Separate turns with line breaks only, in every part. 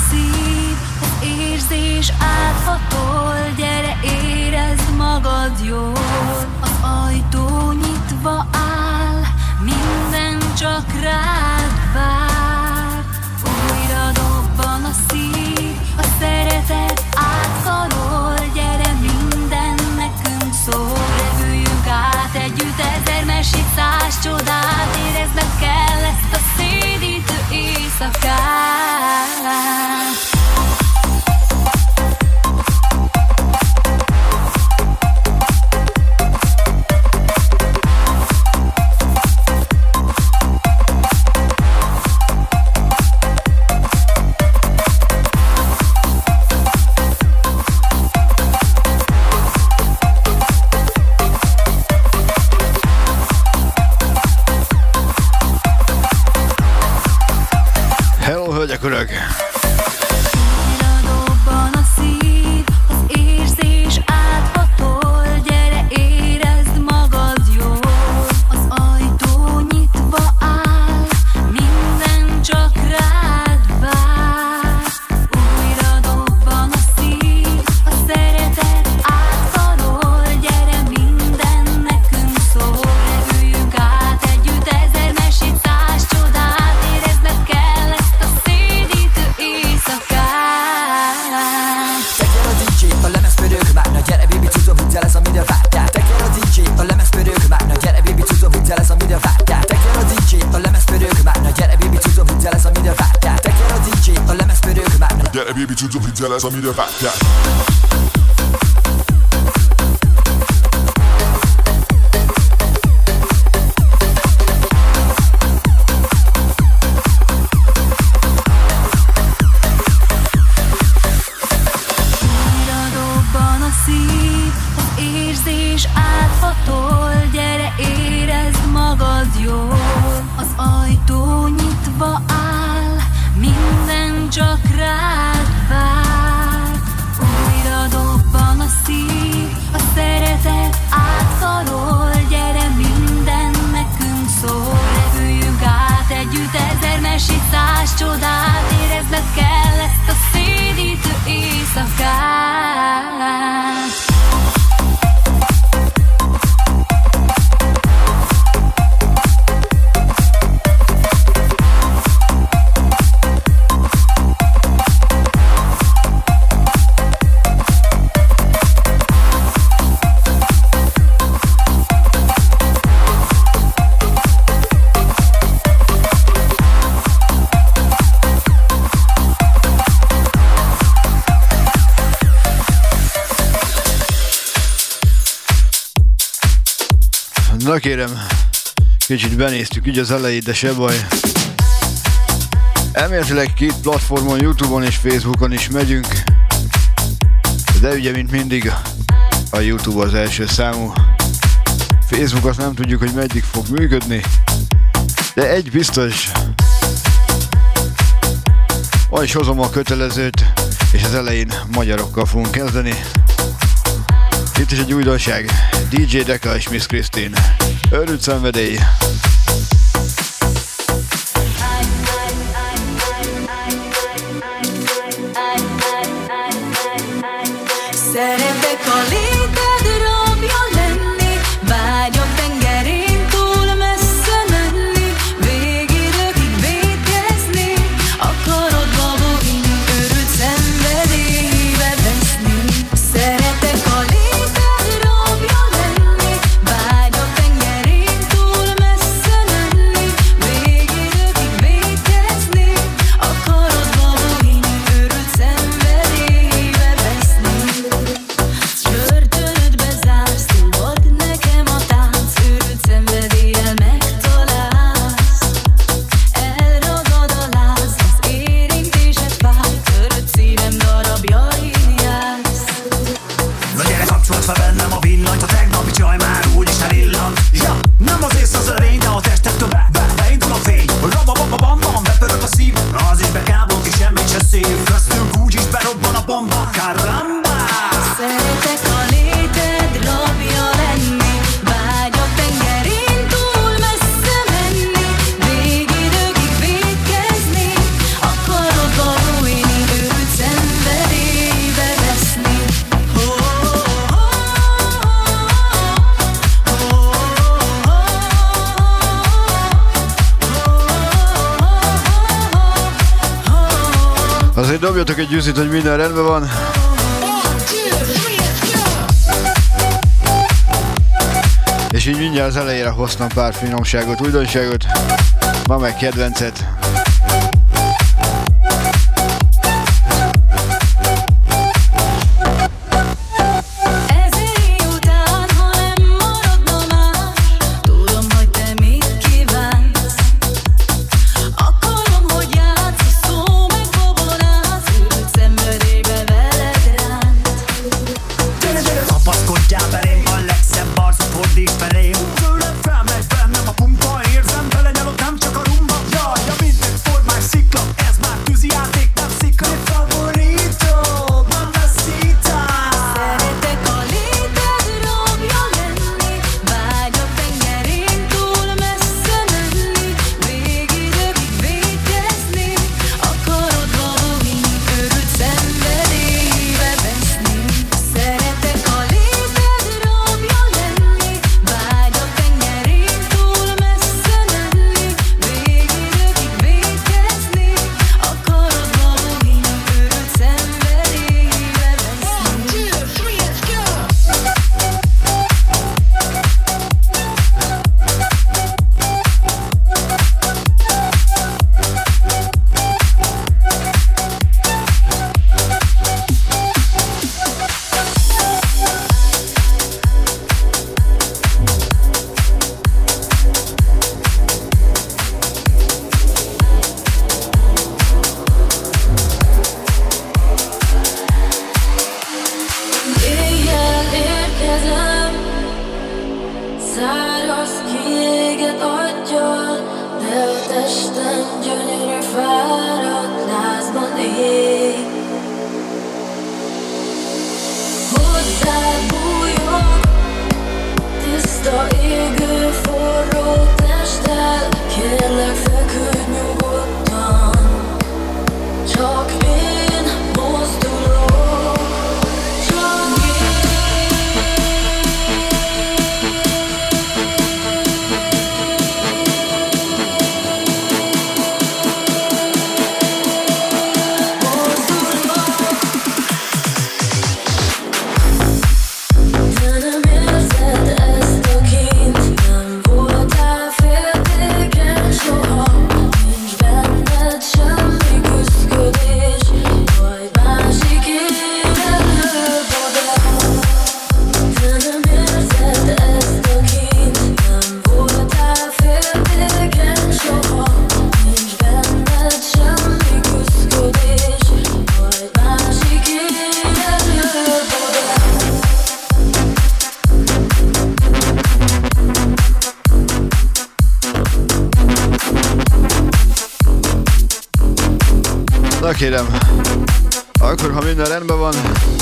szív, az érzés áthatol, gyere érezd magad jól. Az ajtó nyitva áll, minden csak rád vár. Újra dobban a szív, a szeretet átkarol, gyere minden nekünk szól. Repüljünk át együtt ezer mesét, száz csodát, érezned kell ezt a szédítő éjszakát.
Hello, hölgyek, urak!
Dobban a szív, az érzés áthatol, gyere érezd magad jól. Az ajtó nyitva áll, minden csak rád vár. Újra dobban a szív, a szeretet átkarol, gyere minden nekünk szól. Repüljünk át együtt ezer mesét, száz csodát, érezned kell ezt a szédítő éjszakát.
Tekjer a DJ-t, a lemez pörög már, na gyere baby, tudom, hogy ez amire vártál. Tekjer a DJ-t, a lemez pörög már, na gyere baby, tudom, hogy ez amire vártál. Tekjer a DJ-t, a lemez pörög már, na gyere baby, tudom, hogy ez amire vártál. Tekjer a DJ-t, a lemez pörög már, na
gyere baby, tudom, hogy ez amire vártál.
Érzés áthatol, gyere érezd magad jól. Az ajtó nyitva áll, minden csak rád vár. Újra dobban a szív, a szeretet átkarol, gyere minden nekünk szól. Repüljünk át együtt ezer mesét, száz csodát, érezned kell ezt a szédítő éjszakát.
Na kérem, kicsit benéztük így az elejét, de se baj. Elméletileg két platformon, YouTube-on és Facebookon is megyünk. De ugye, mint mindig, a YouTube az első számú. Facebook azt nem tudjuk, hogy meddig fog működni. De egy biztos. Ma is hozom a kötelezőt, és az elején magyarokkal fogunk kezdeni. Itt is egy újdonság, DJ Deka és Miss Christine. Őrült szenvedély!
Szeretek a léted rabja lenni, vágyom tengerén túl messze menni, végidőkig vétkezni, akarodba bújni, őrült szenvedélybe veszni. Szeretek a léted rabja lenni, vágyom tengerén túl messze
Azért dobjatok egy gyűzit, hogy minden rendben van. És így mindjárt az elejére hoztam pár finomságot, újdonságot. Ma meg kedvencet. Kérem, akkor ha minden rendben van,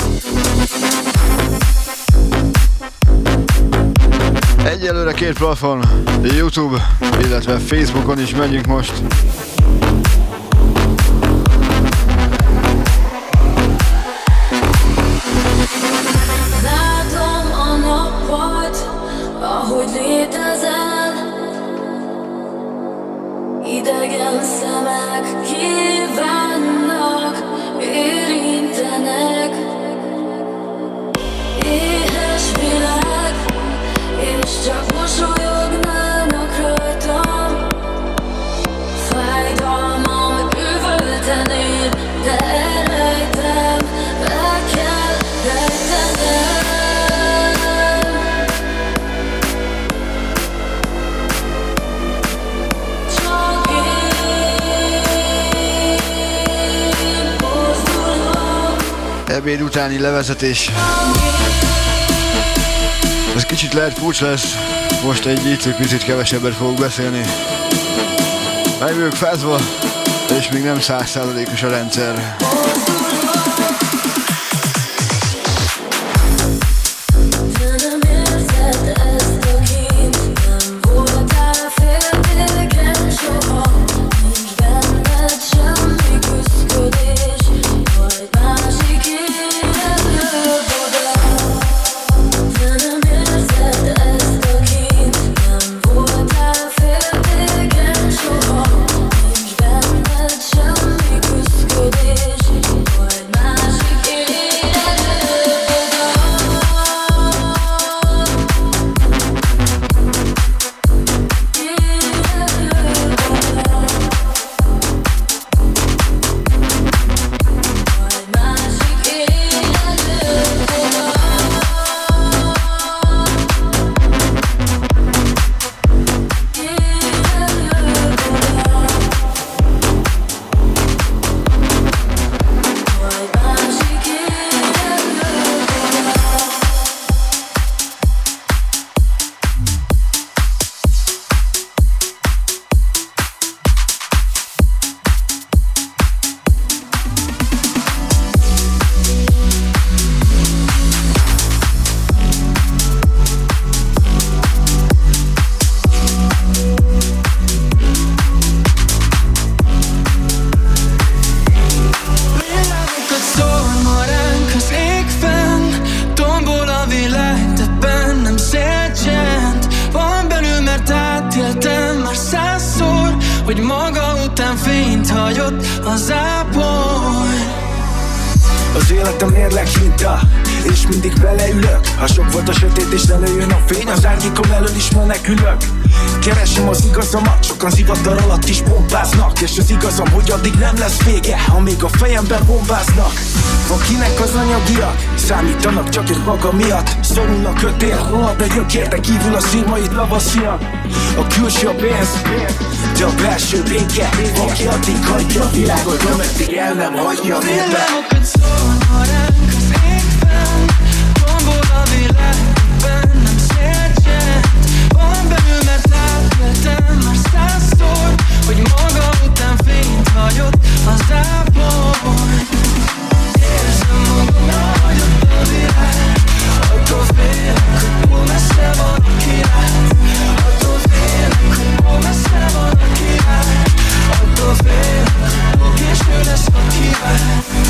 egyelőre 2 platform, YouTube, illetve Facebookon is megyünk most.
Látom a napot, ahogy létezel, idegen szemek kívánnak, érintenek. Éhes világ, és csak mosolyognának rajtam. Fájdalmam üvöltenél, de elrejtem, be kell rejtenem. Csak én mozdulok.
Ebéd utáni levezetés. Ez kicsit lehet furcsa lesz, most egy picit kevesebbet fogok beszélni. Meg vagyok fázva, és még nem 100%-os a rendszer.
Semmi küszködés.
hogy maga után fényt hagyott az ápoly.
Az életem mérleg hinta, és mindig beleülök. Ha sok volt a sötét és előjön a fény, az árnyékom elől is menekülök. Keresem az igazamat, sokan zivatar alatt is bombáznak. És az igazam, hogy addig nem lesz vége, amíg a fejemben bombáznak. Van kinek az anyagiak, számítanak csak egy maga miatt. Szorulnak kötél, rohad a gyökér, de kívül a szírmait lavasziak. A külső a pénz, de a belső béke. Van ki addig hagyja a világot, ameddig el nem hagyja a vébe.
Villamokat szólna ránk az égben, tombol a világ, bennem szétcsend. Van belül, mert átéltem már 100-szor, hogy maga után fényt hagyott az ápoly. Érzem magam, nagyobb a világ, attól félek, hogy túl messze van a király. Attól félek, hogy túl messze van a király. Attól félek, hogy késő lesz a király.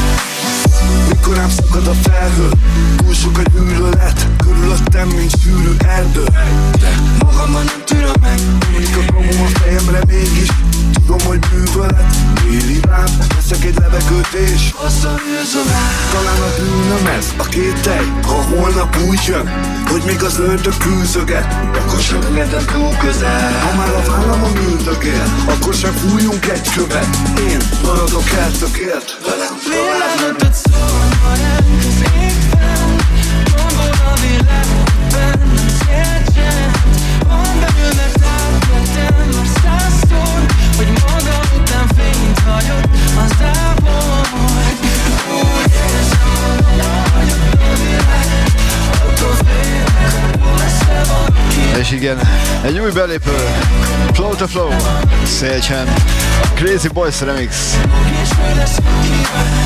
Mikor rám szakad a felhő, túl sok egy űrölet, körülöttem, mint sűrű erdő. De magamban nem tűröm meg, mindig a komom a fejemre mégis. Tudom, hogy bűvölet, éli rám, veszek egy levegőt és
Hosszabűzöm rá.
talán a bűnöm ez, a kételj, ha holnap úgy jön, hogy még az ördög küzdöget, akkor sem engedem túl közel. Ha már a vállamon üldögél, akkor sem fújjunk egy követ. Én maradok eltökélt, velem
Lélegzetet szólna ránk az égben, tombol a világ, bennem szétcsend. Van belül, mert átéltem már 100-szor, hogy maga után fényt hagyott az ápoly. Úgy érzem magam, nagyobb a világ, attól félek, hogy túl messze van a király.
És igen, egy új belépő, Flow to Flow, Szélcsen, Crazy Boys Remix.
Késő lesz a király.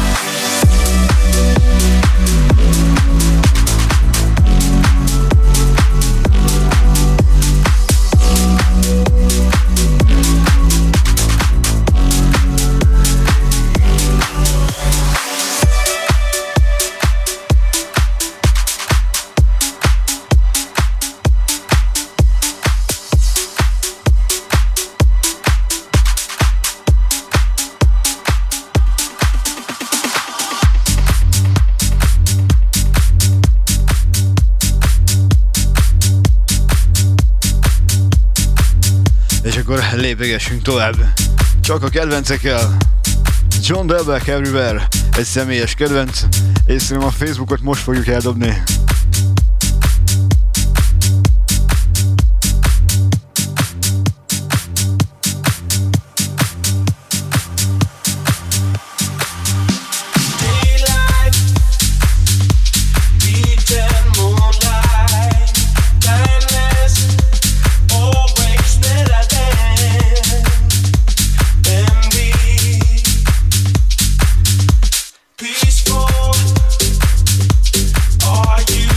És akkor lépegessünk tovább. Csak a kedvencekkel. John Delbeck Everywhere, egy személyes kedvenc, és szerintem a Facebookot most fogjuk eldobni.
Peaceful, are you?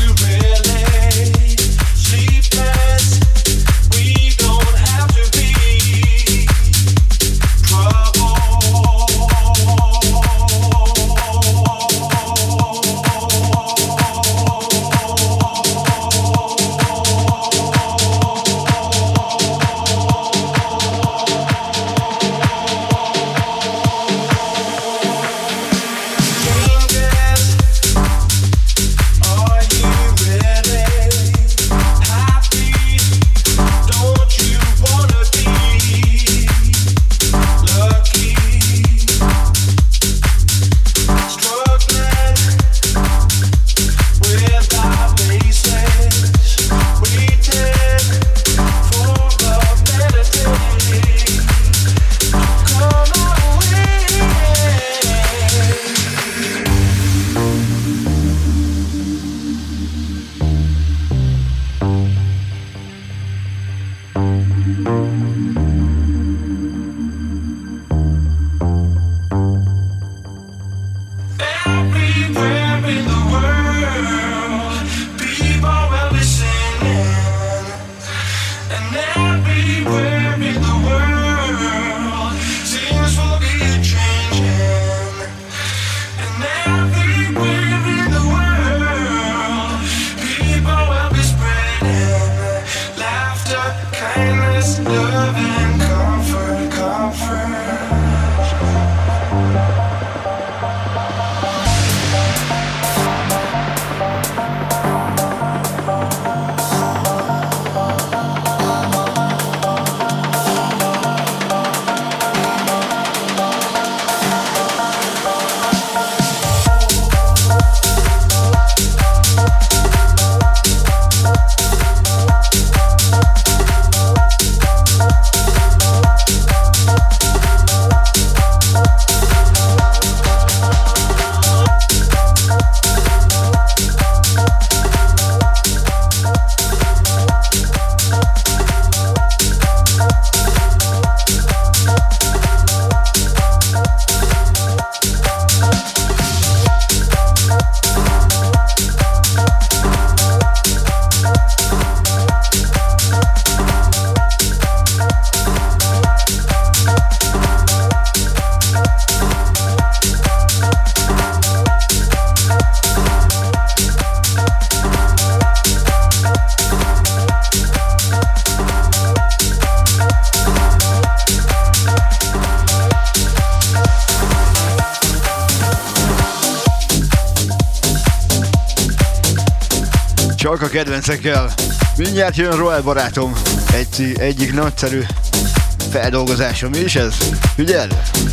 Csak a kedvencekkel. Mindjárt jön Roel barátom. Egyik nagyszerű feldolgozása. Mi is ez? Figyeld!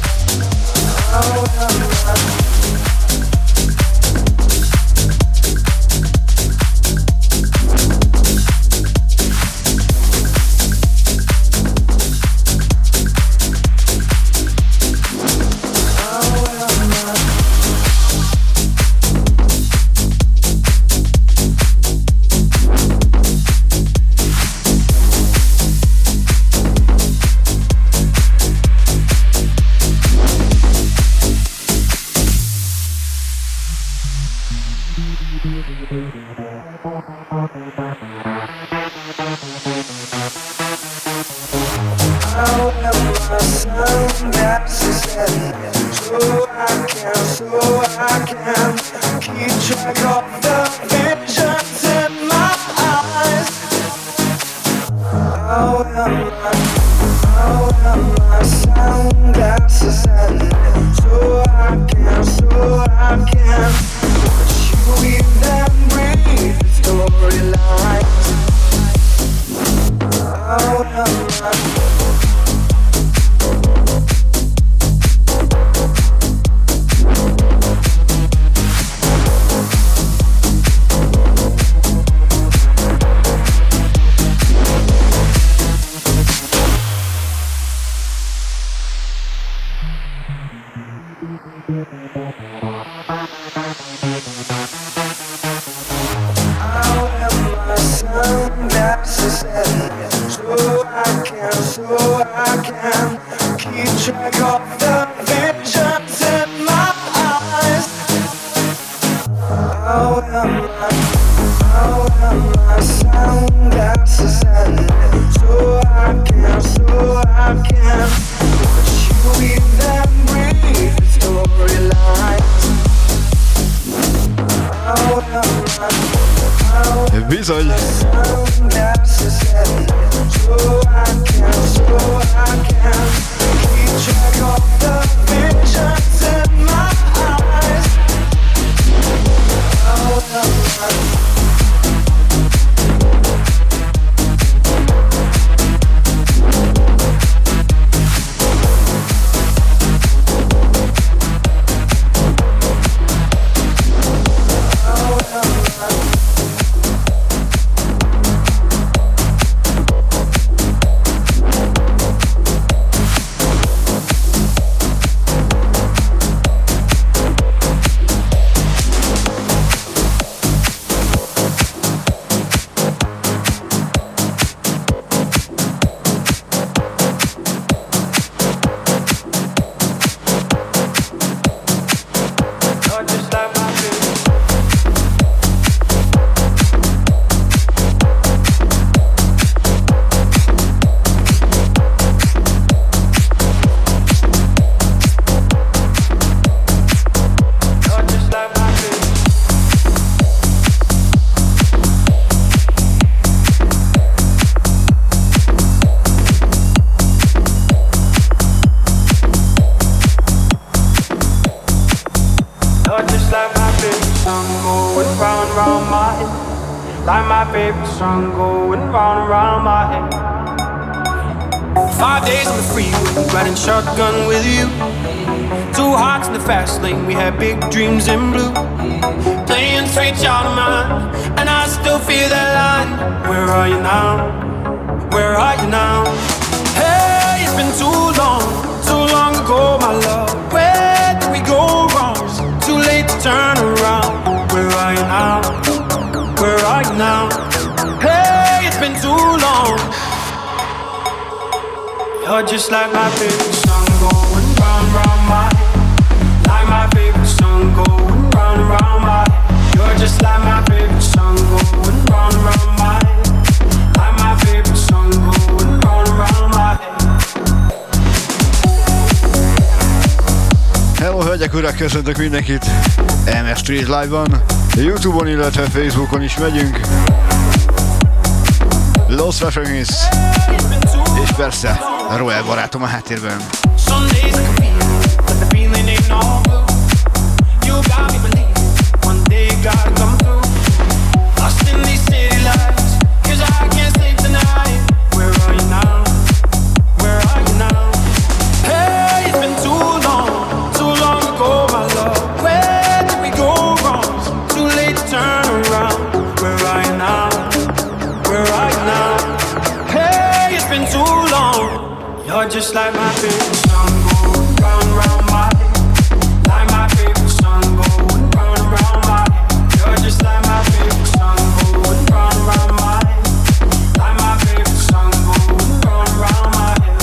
Bizony!
Sun going round and round my head. 5 days on the freeway, riding shotgun with you. 2 hearts in the fast lane, we had big dreams in blue. Playing straight out of mine, and I still feel that line. Where are you now? Where are you now? Hey, it's been too long ago, my love. Where did we go wrong? Too late to turn around. Where are you now? Where are you now? Hey, it's been too long. You're just like my favorite song going round, round my head. Like my favorite song going round and round my head. You're just like my favorite song going round, round my head. Like my favorite song going round and round my head.
Hello, hölgyek, urak, köszöntök mindenkit MS Street Live-ban, YouTube-on, illetve Facebookon is megyünk. Los Fashions, és persze Roel barátom a háttérben.
Lost in in these city lights, 'cause I can't sleep tonight. Where are you now? Where are you now? Hey, it's been too long ago, my love. Where did we go wrong? Too late to turn around. Where are you now? Where are you now? Hey, it's been too long. You're just like my favorite sun going round, round my head. Like my favorite sun going round, round my head. You're just like my favorite sun going round, round my head. Like my favorite sun going round, round my head.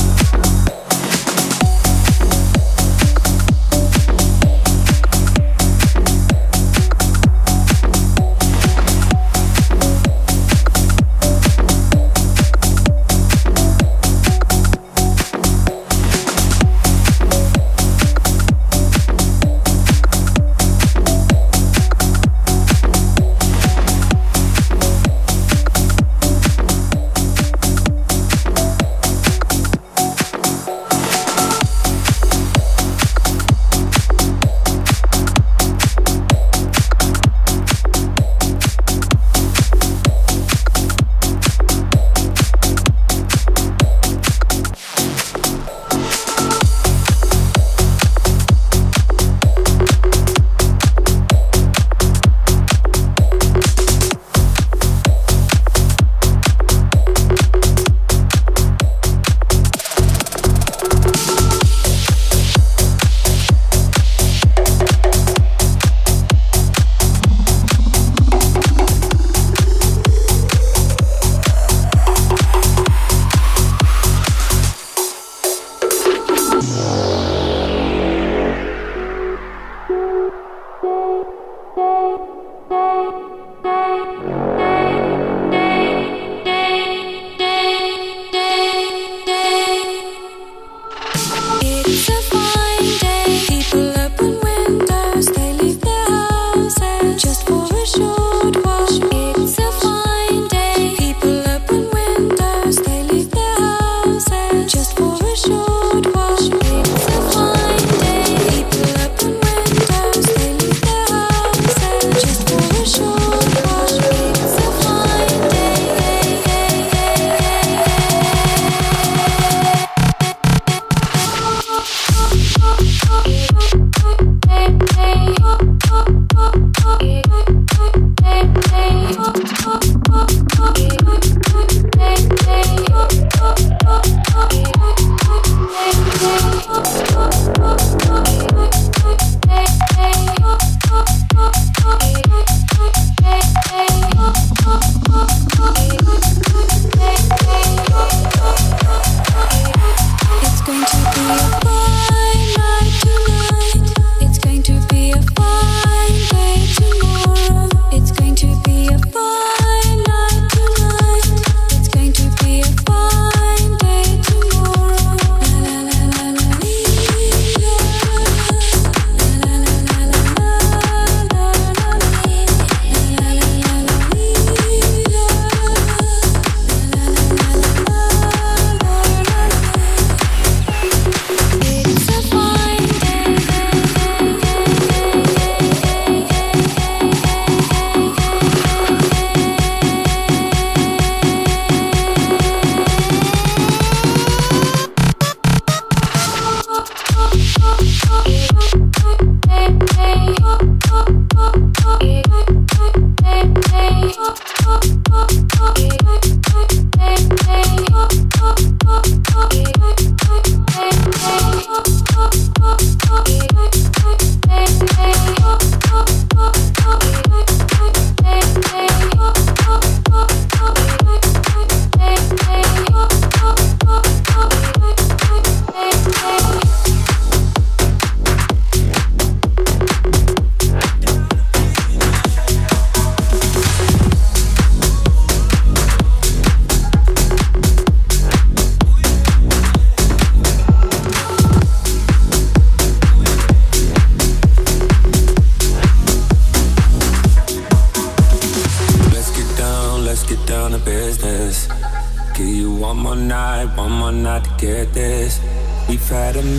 not to get this. We've had a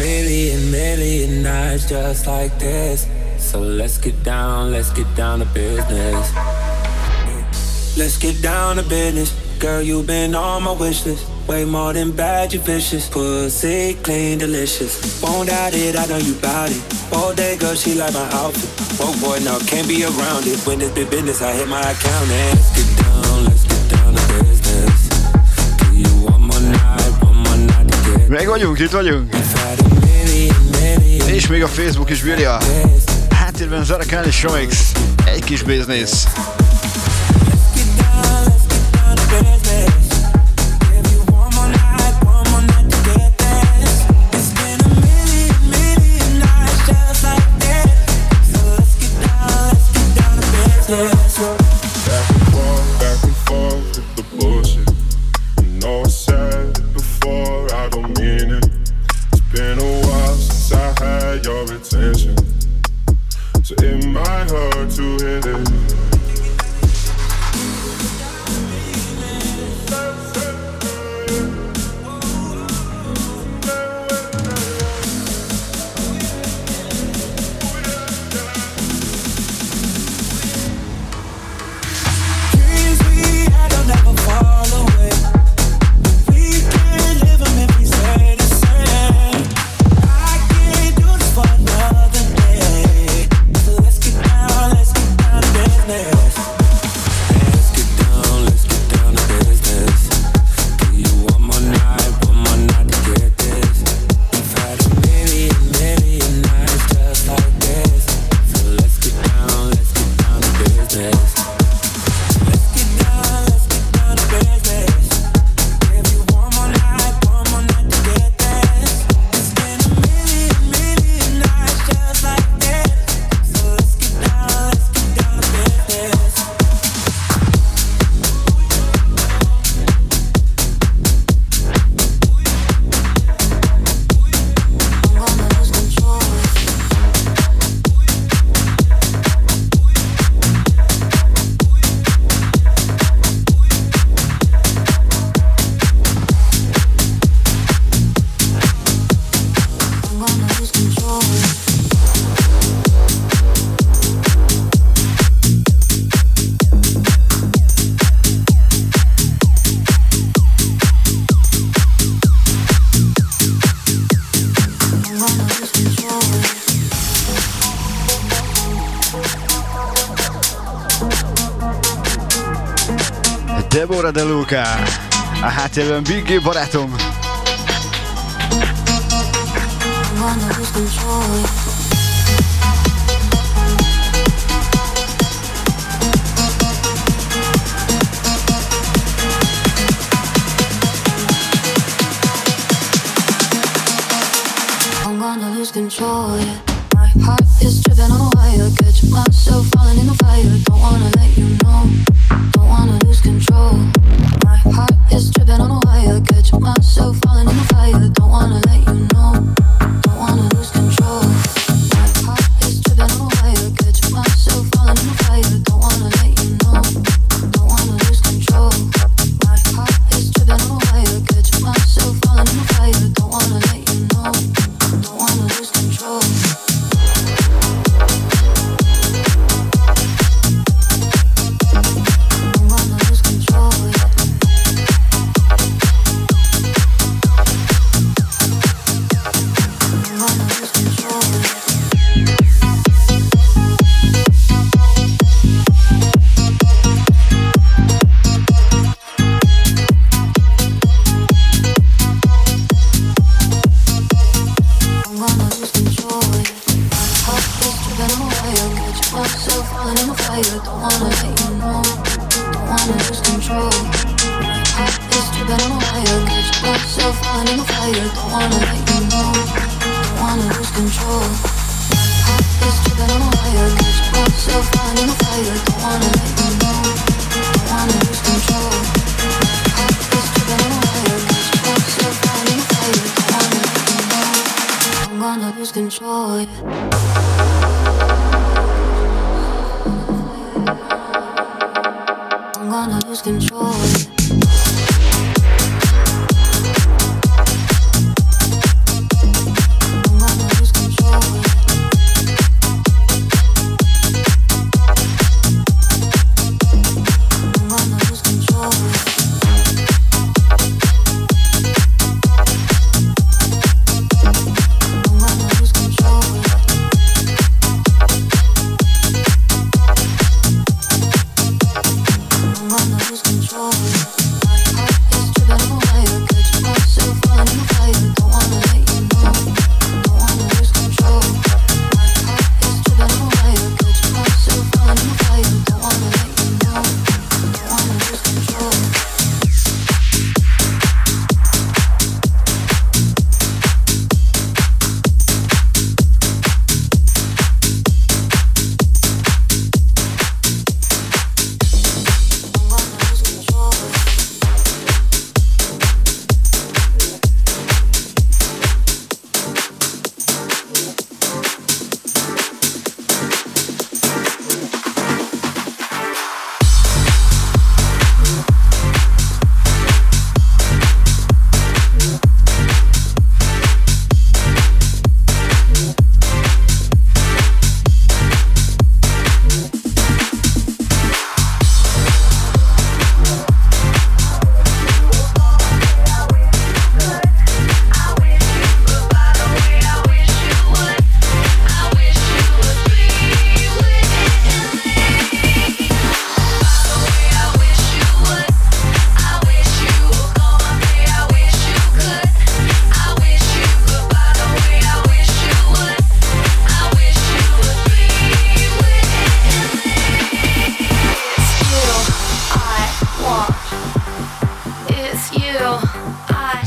million nights just like this. So let's get down to business. let's get down to business. Girl, you been on my wish list. Way more than bad, you vicious. Pussy clean, delicious. Won't doubt it, I know you bout it. All day, girl, she like my outfit. Oh boy, now can't be around it. When it's big business, I hit my account and let's get down to business. Give you one more night to get.
Meg vagyunk, itt vagyunk. És még a Facebook is bírja. Háttérben Zarakán és Shomix. Egy kis business.
Back and forth with the bullshit. You know I said it before, I don't mean it. It's been a while since I had your attention, so it might hurt to hit it.
Deborah De Luca, a háttérben Biggie barátom.
I'm gonna lose control, yeah. My heart is dripping on a wire. Catch myself falling in the fire. Don't wanna let you know. Don't wanna lose control. My heart is dripping on a wire. Catch myself falling in the fire. Don't wanna let you know. Don't wanna lose control. My heart is dripping on a wire. Catch myself falling in the fire. Don't wanna let you know. Don't wanna lose control. My heart is dripping on a wire. Catch myself falling in the fire. Don't wanna let you know. Don't wanna lose control.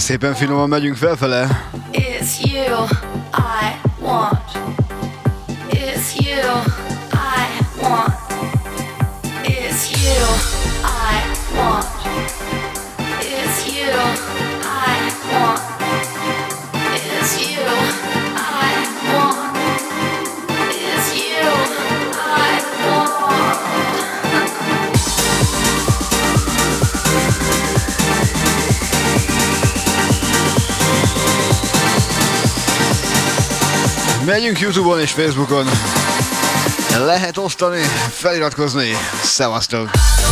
Szépen finoman megyünk felfele.
It's you I want. It's you I want. It's you I want. It's you I want. It's you I want. It's you I want.
Megyünk YouTube-on és Facebookon. Lehet osztani, feliratkozni. Szevasztok!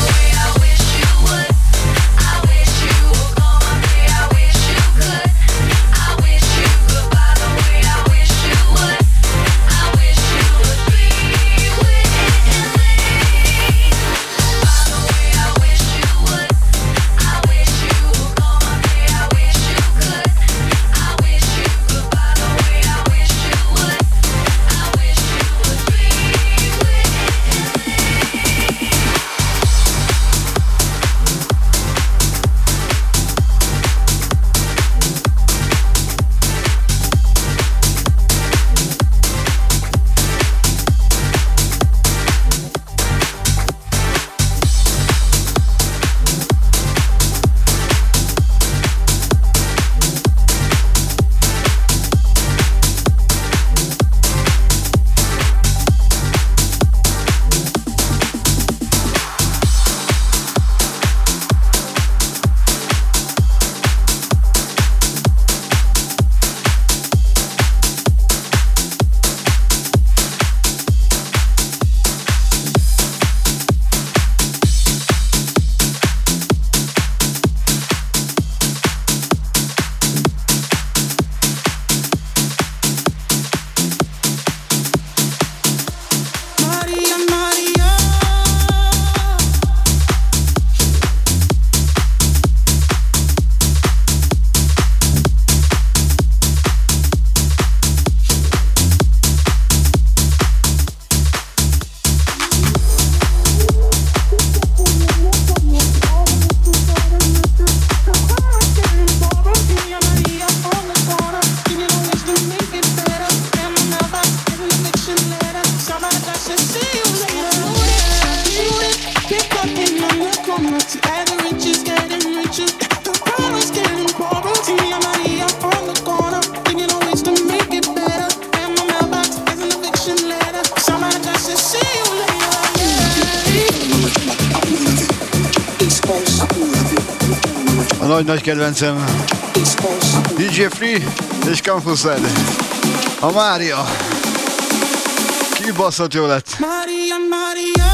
Nagy kedvencem DJ Free és Campus Ed. A Mária. Kibaszott jó lett.
Maria, Maria.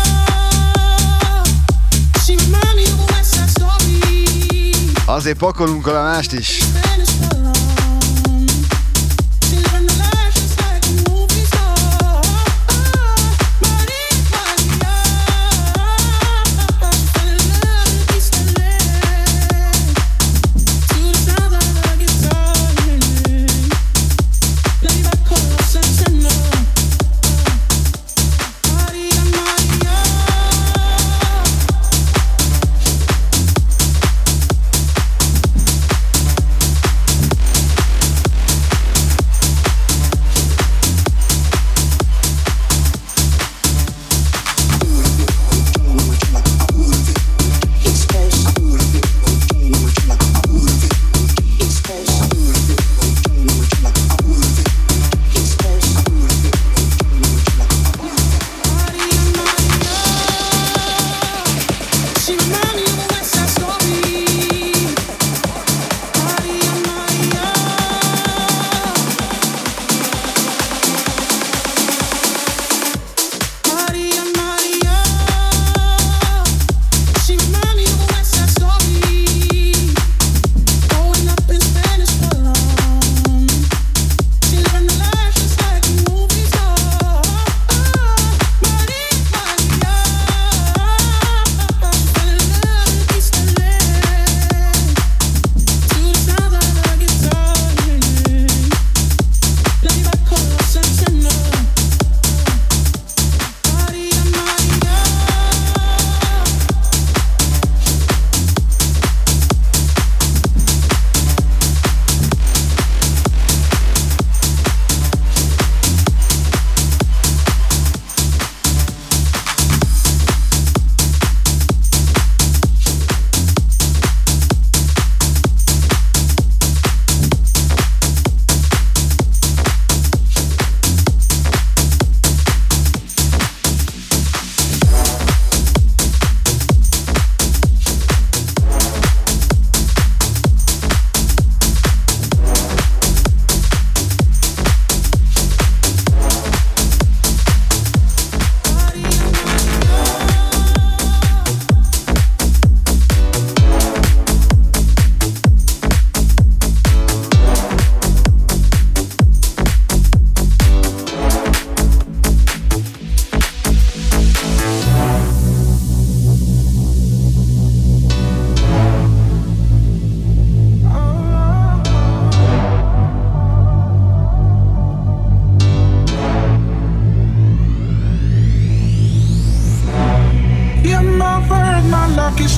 She remind me of a West Side Story.
Azért pakolunk alá mást is.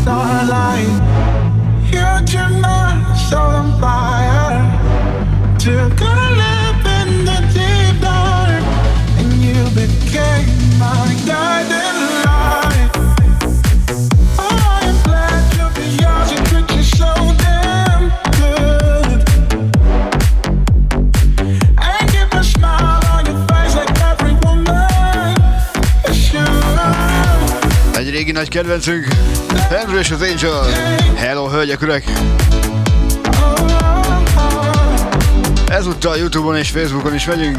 starlight. You turned my soul on fire. Took a leap in the deep dark, and you became my guiding light. Oh, I'm glad to be yours. You treat you so damn good. And keep a smile on your face like every woman. It's you.
Egy régi nagy kedvencünk, Andrew és az Angel. Hello, hölgyek, urak! Ezúttal YouTube-on és Facebookon is megyünk.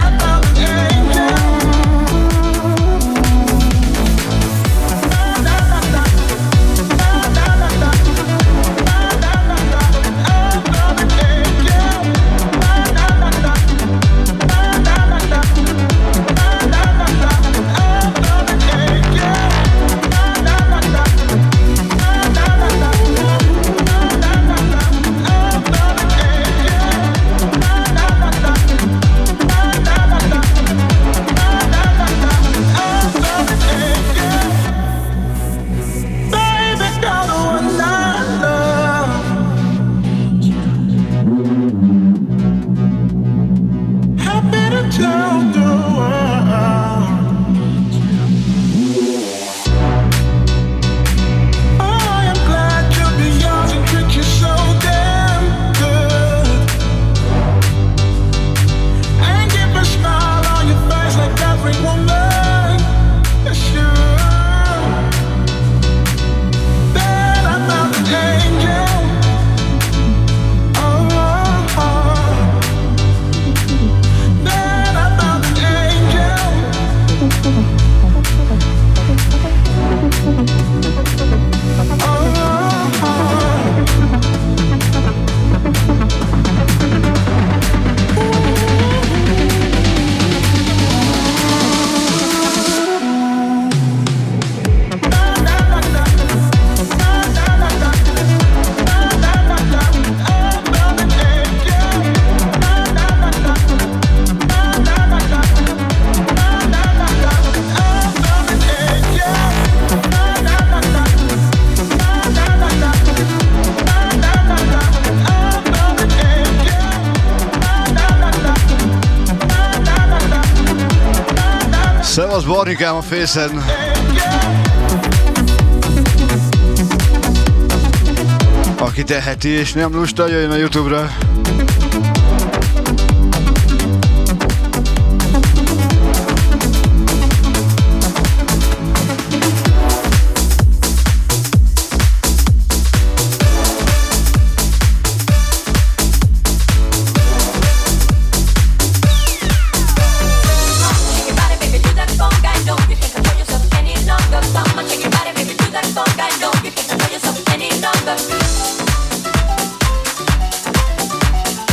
Szevasz Barnikám a fészen! Aki teheti és nem lusta, jöjjön a YouTube-ra.
Any longer.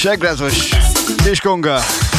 Segrázos és konga.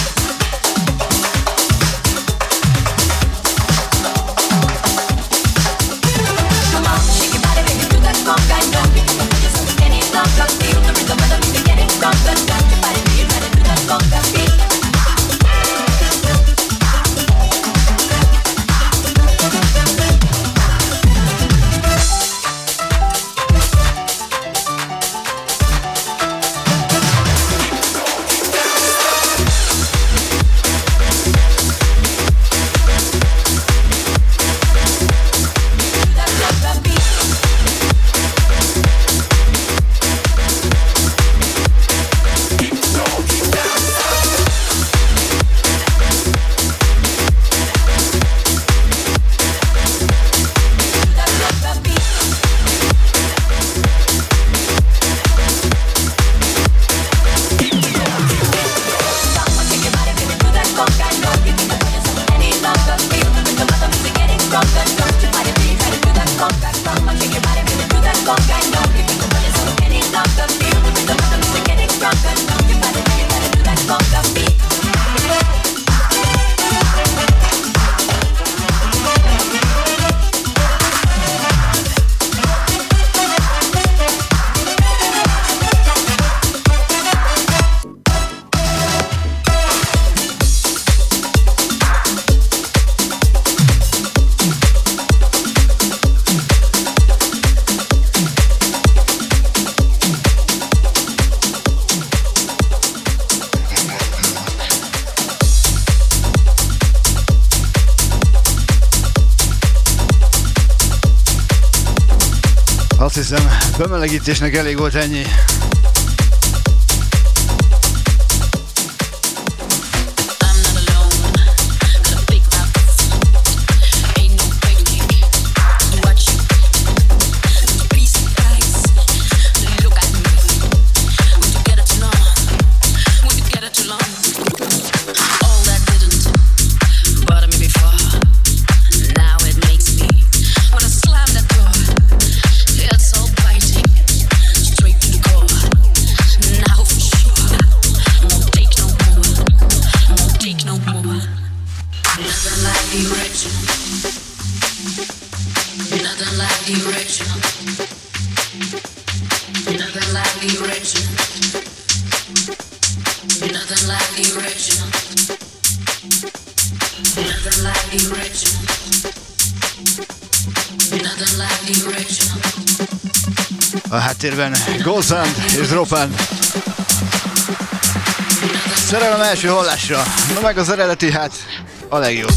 Azt hiszem, bemelegítésnek elég volt ennyi. A háttérben Goldsound és Dropan. Szerelem első hallásra, na meg az eredeti, hát a legjobb.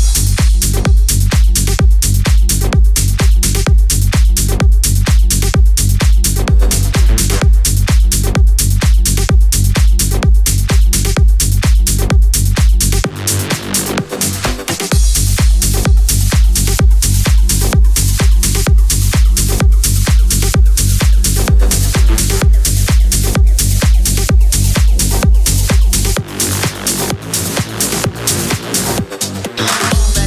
All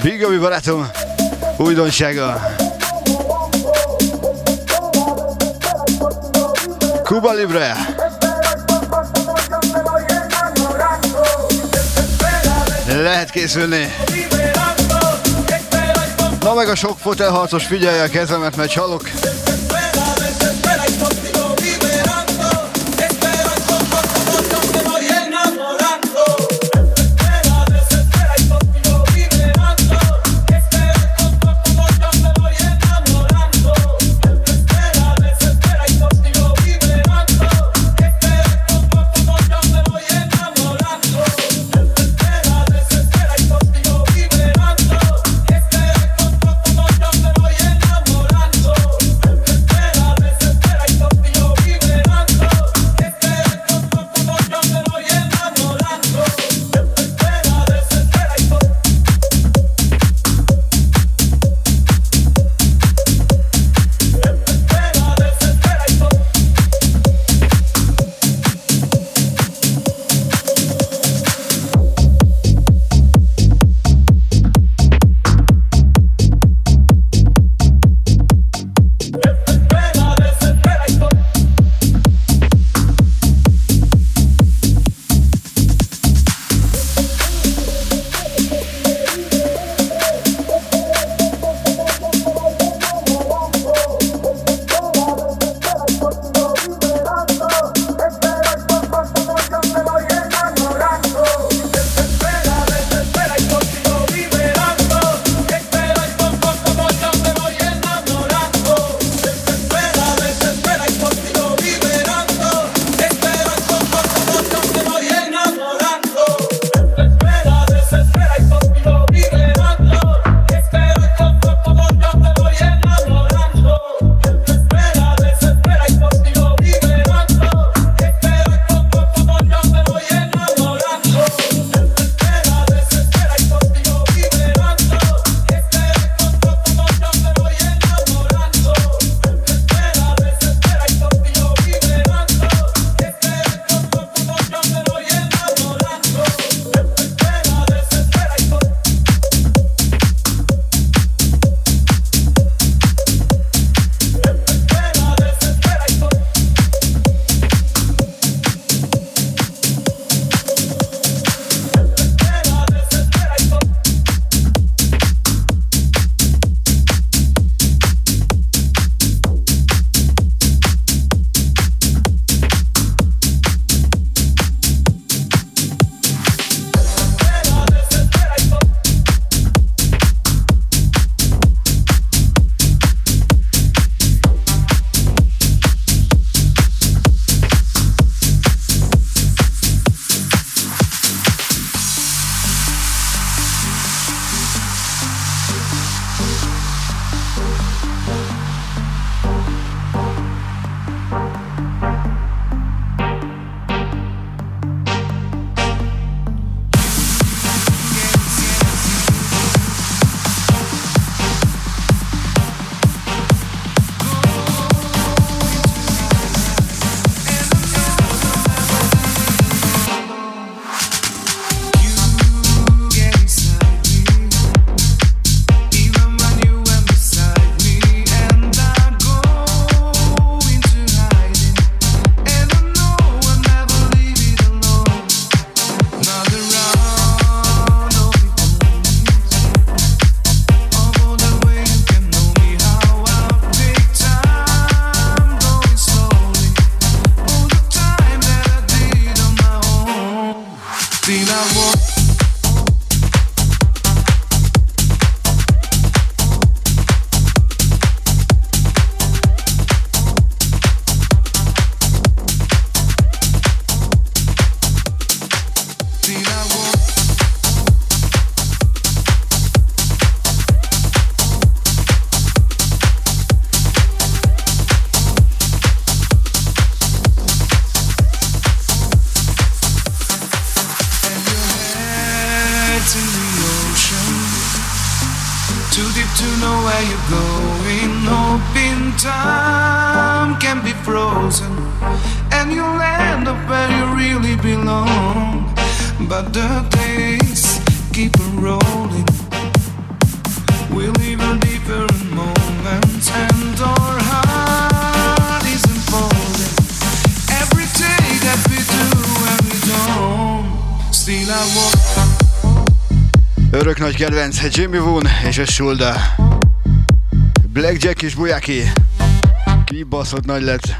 Bigabi barátom újdonsága. Cuba Libre. Lehet készülni. Na meg a sok fotelharcos, figyelje a kezemet, mert csalok.
But the days keep on rolling.
Örök nagy kedvenc, Jimmy Woon és a Shulda. Blackjack és Bujaki. Kibaszott nagy lett.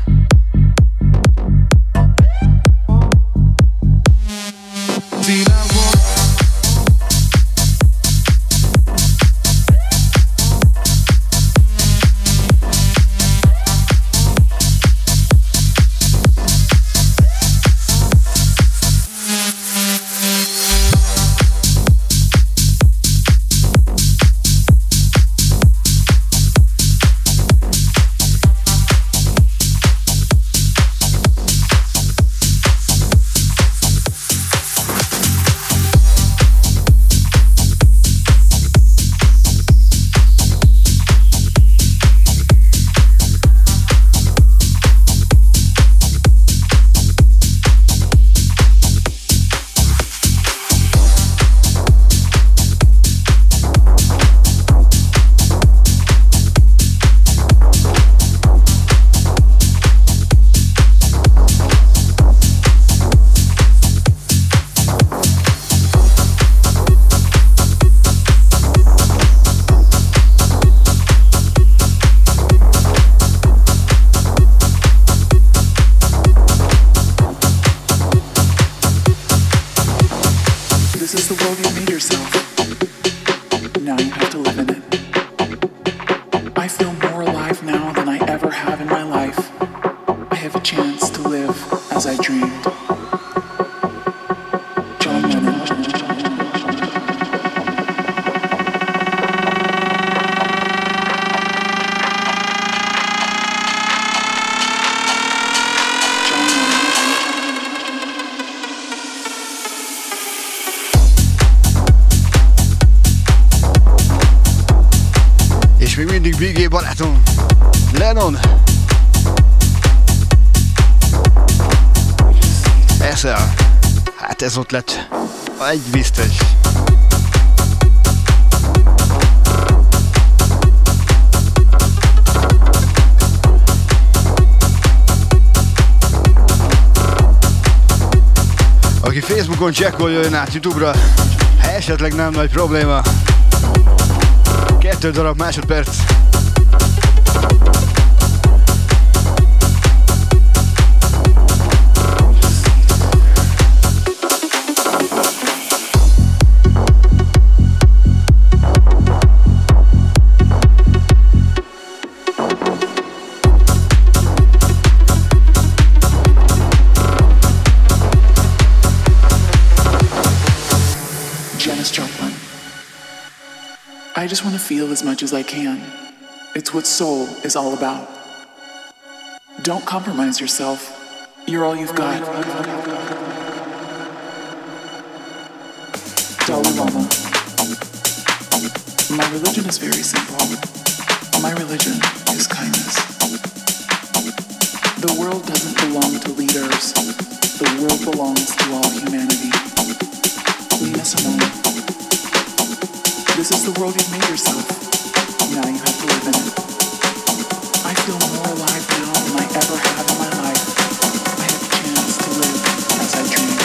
BG barátom, Lennon. Eszel. Hát ez ott lett. Egy biztos. Aki Facebookon csekkolja, jön át YouTube-ra. Ha esetleg nem nagy probléma. 2 darab másodperc.
I just want to feel as much as I can. It's what soul is all about. Don't compromise yourself. You're all you've got. Dalai Lama. My religion is very simple. My religion is kindness. The world doesn't belong to leaders. The world belongs to all humanity. Nina Simone. This is the world you've made yourself. Now you have to live in it. I feel more alive now than I ever have in my life. I have a chance to live as I dreamed.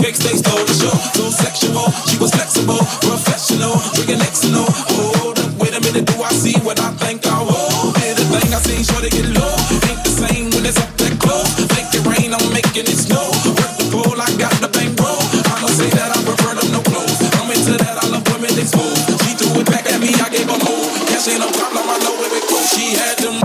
cupcakes, they stole the show. So sexual, she was flexible, professional, drinking Xanol. Hold up, wait a minute, do I see what I think I will? Did the thing I seen, sure to get low. Ain't the same when it's up that close. Make it rain, I'm making it snow. Work the pole, I got the bankroll. I'ma say that I prefer them no clothes. I'm into that, I love women exposed. She threw it back at me, I gave her more. Cash ain't no problem, I know where it goes. She had them.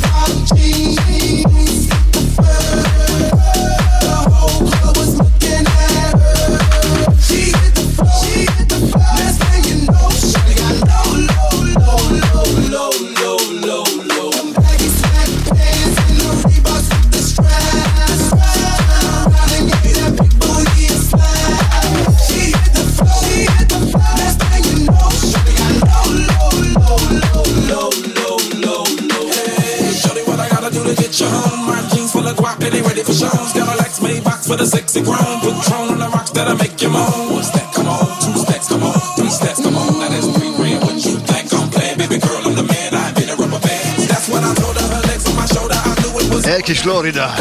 For the sexy grown, put Tron on the rocks that'll make you moan. What's that? Come on, 2 stacks, come on, 3 stacks, come on. Now that's 3 grand. What you think I'm playing, baby girl? I'm the man. I've been a rubber band. That's what I told her. Her legs on my shoulder. I knew it was.
Egy kis Florida.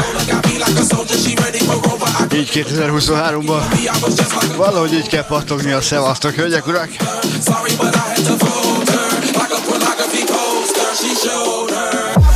Így 2023-ban. Valahogy így kell pattogni a szevasztok, hölgyek, urak.
Sorry, but I had to fold her like a pornography poster. She showed her.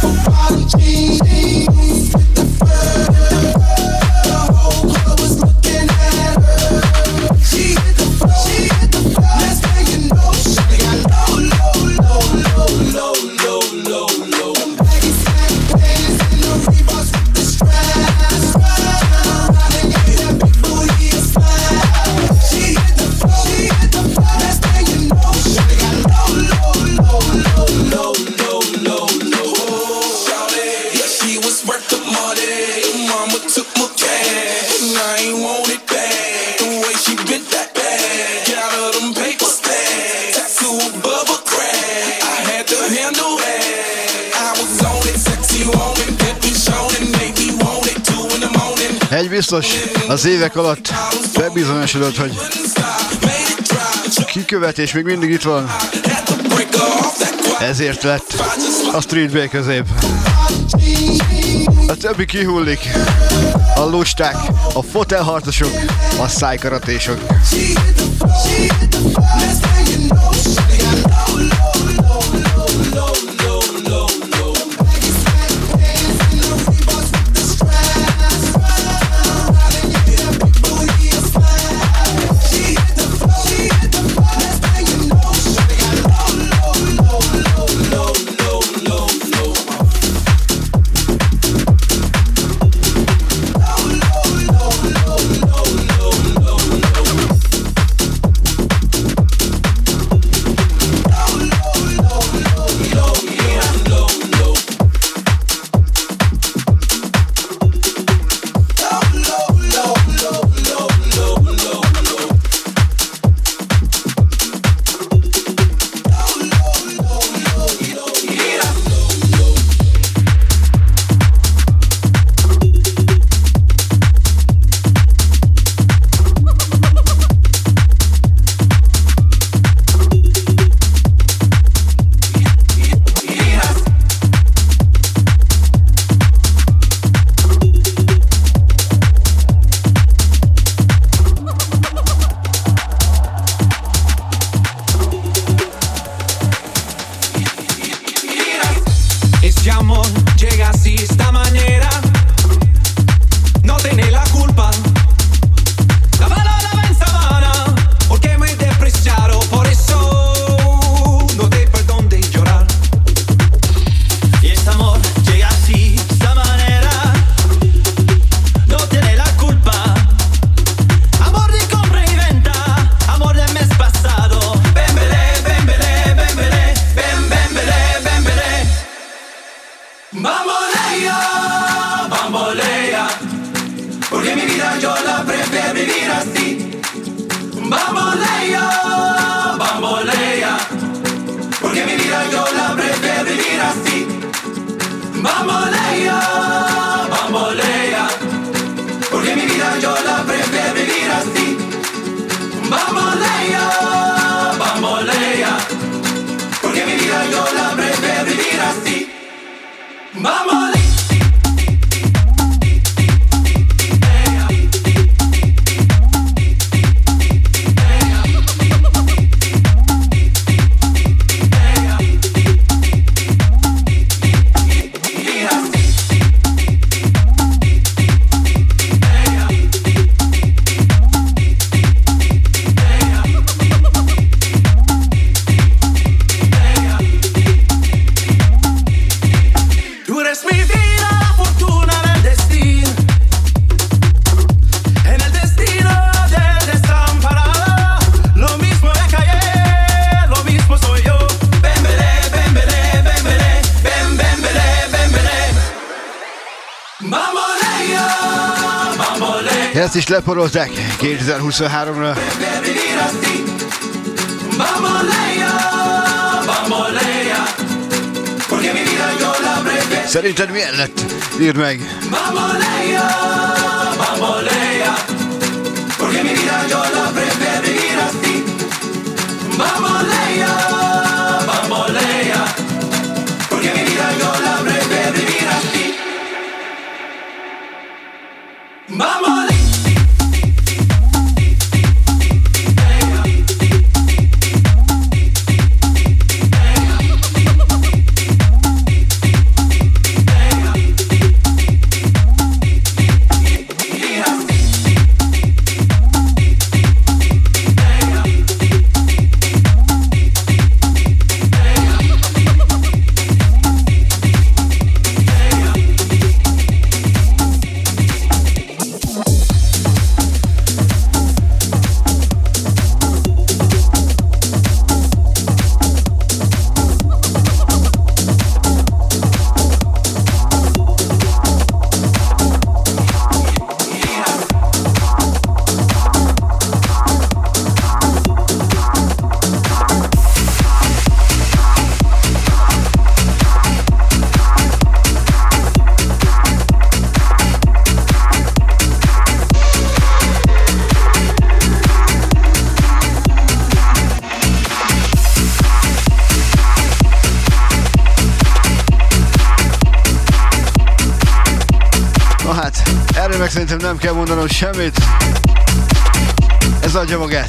Egy biztos, az évek alatt bebizonyosodott, hogy kikövetés még mindig itt van. Ezért lett a Street Bay közép. A többi kihullik. A lusták, a fotelharcosok, a szájkaratésok. Ezt is leporolták 2023-ra. Szerinted milyen lett? Írd meg!
Bambolea, bambolea, porque mi vida yo la prefiero vivir así. Bambolea, bambolea, porque mi vida yo la prefiero vivir así. Bambolea.
Szerintem nem kell mondanom semmit. Ez adja magát.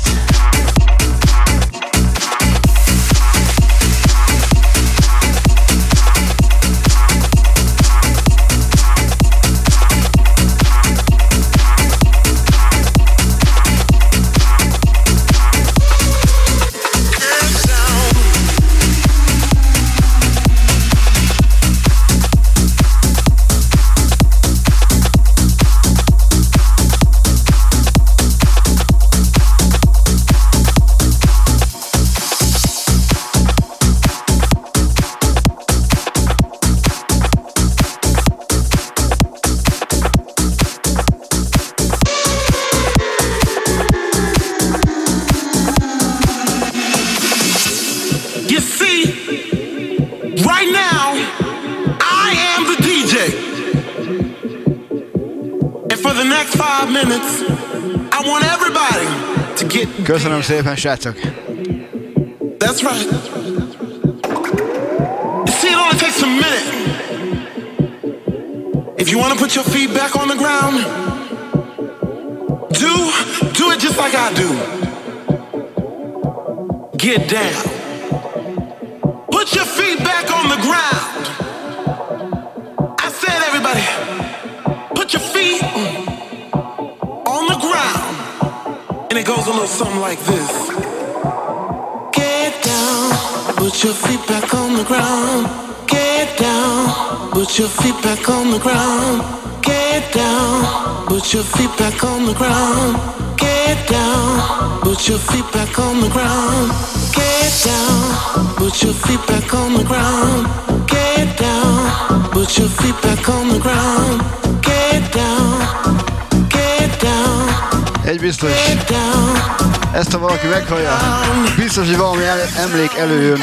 Köszönöm szépen, srácok!
That's right. You see, it only takes a minute. If you want to put your feet back on the ground, do it just like I do. Get down. Put your feet back on the ground. I said, everybody, put your feet on the ground. And it goes a little something like this. Get down, put your feet back on the ground. Get down, put your feet back on the ground. Get down, put your feet back on the ground. Get down, put your feet back on the ground. Get down, put your feet back on the ground. Get down, put your feet back on the ground. Get down, get down.
Egy biztos, ezt ha valaki meghallja, biztos, hogy valami emlék előjön.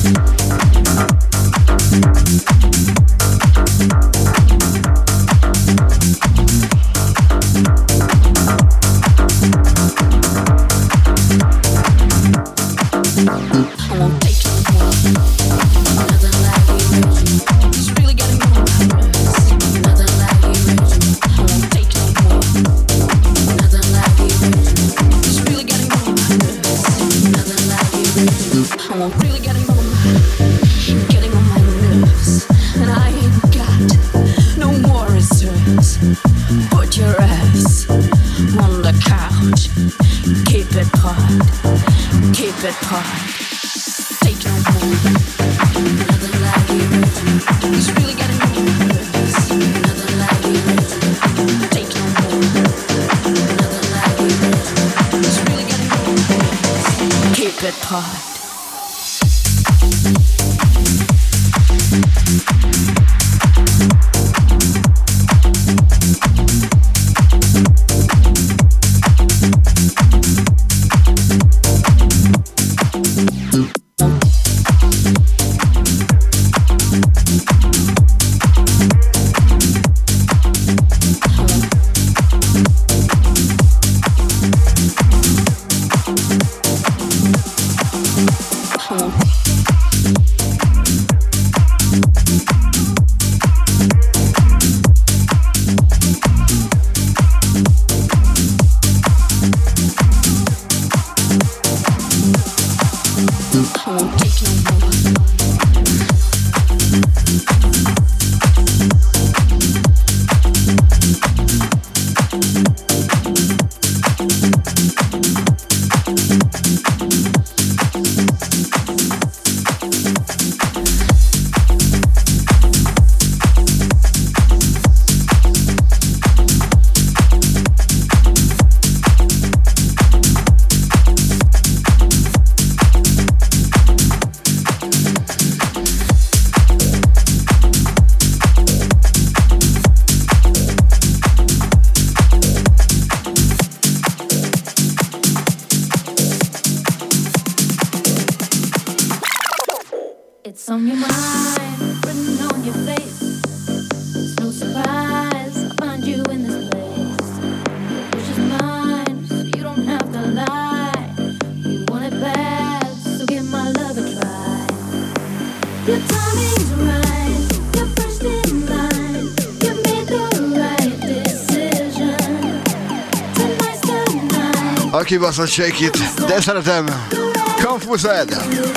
Kibaszott shake it, de szeretem. Confused.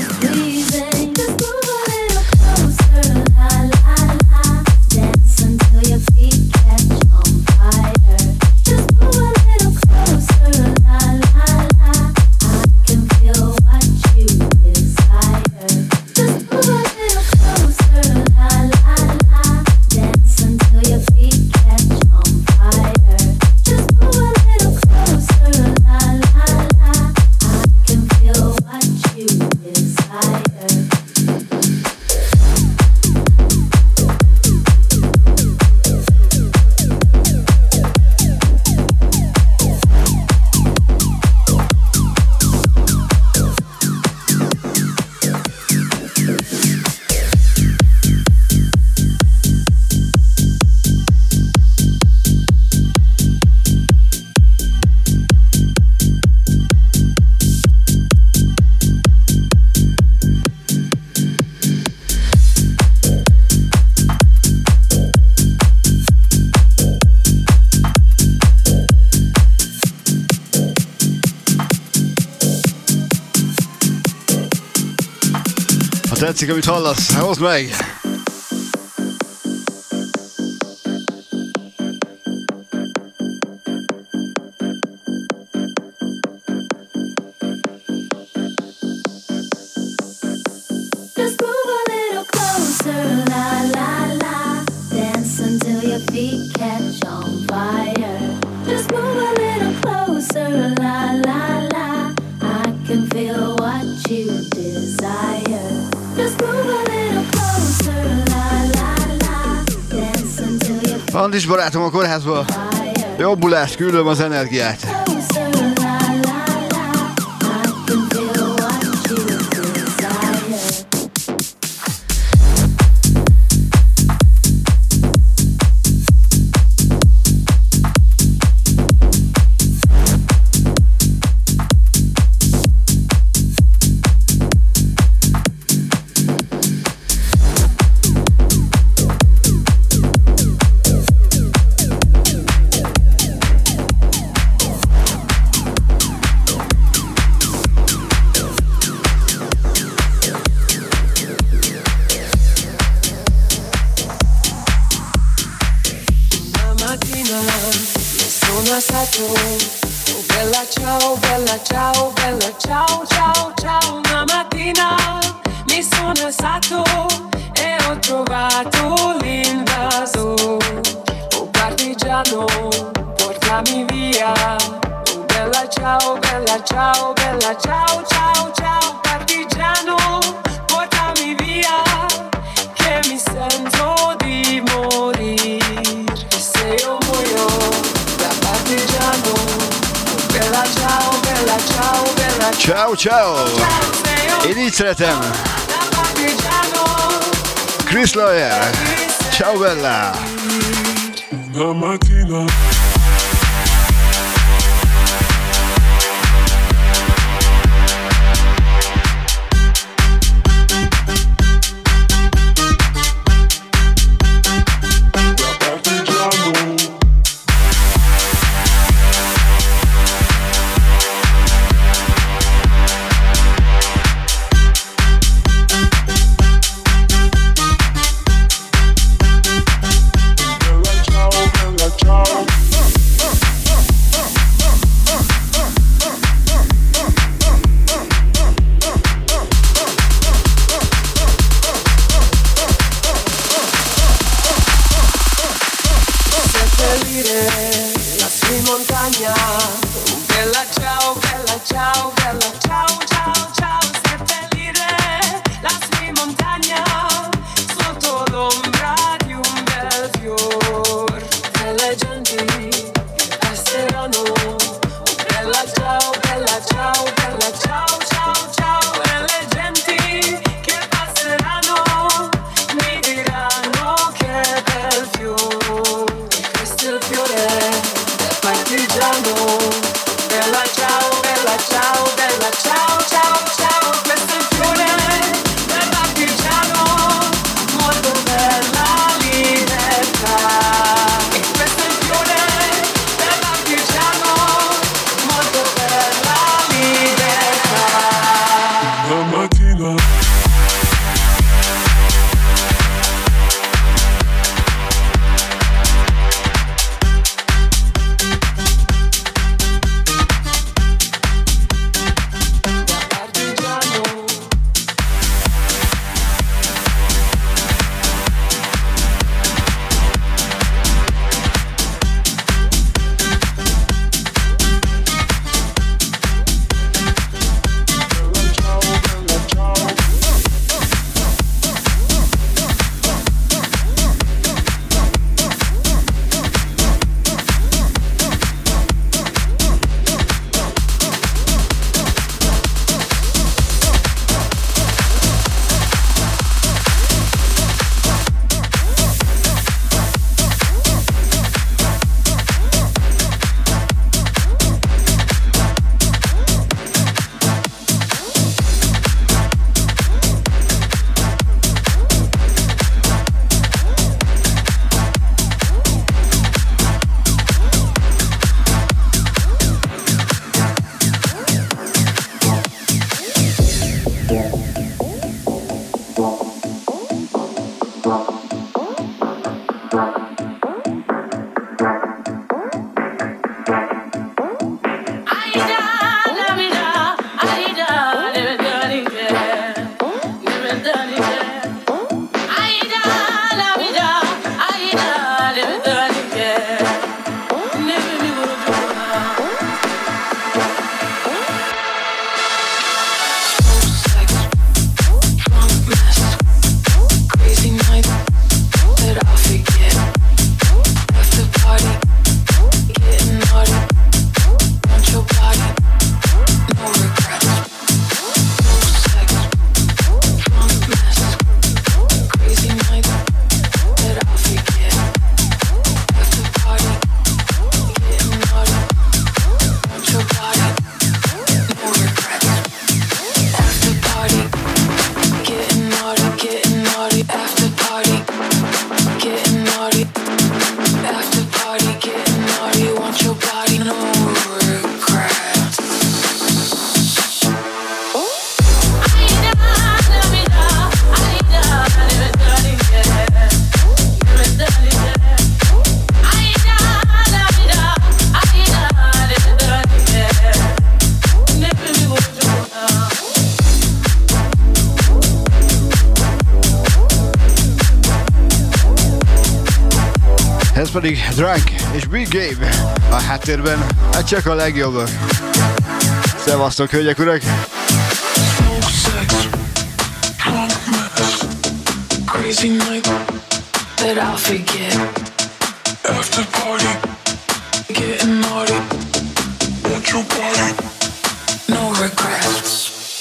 Tetszik, amit hallasz, hozd meg! Andis barátom a kórházba. Jobbulást, küldöm az energiát.
partigiano, portami via. Oh bella ciao, bella ciao, bella ciao, ciao, ciao, partigiano, portami via, che mi sento di morire. E se io muoio da partigiano, oh bella ciao, bella ciao, bella
ciao, ciao. Én így szeretem. Chris Lawyer. Ciao bella.
La mattina. Ciao.
Ez pedig Drunk és Big Gabe a háttérben, hát csak a legjobbak. Szevasztok, hölgyek, urak!
Crazy night that I'll forget. After party, getting naughty. Want your body, no regrets.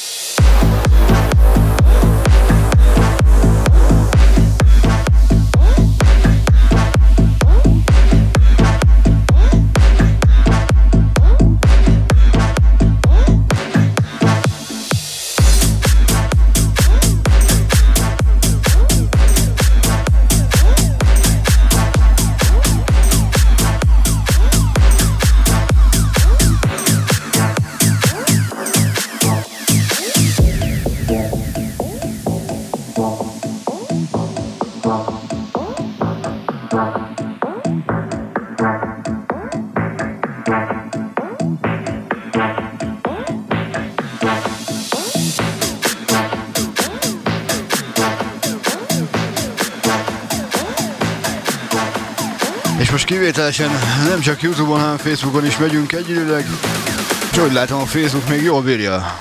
Kivételesen nem csak YouTube-on, hanem Facebookon is megyünk egyidőleg, és úgy látom, a Facebook még jól bírja.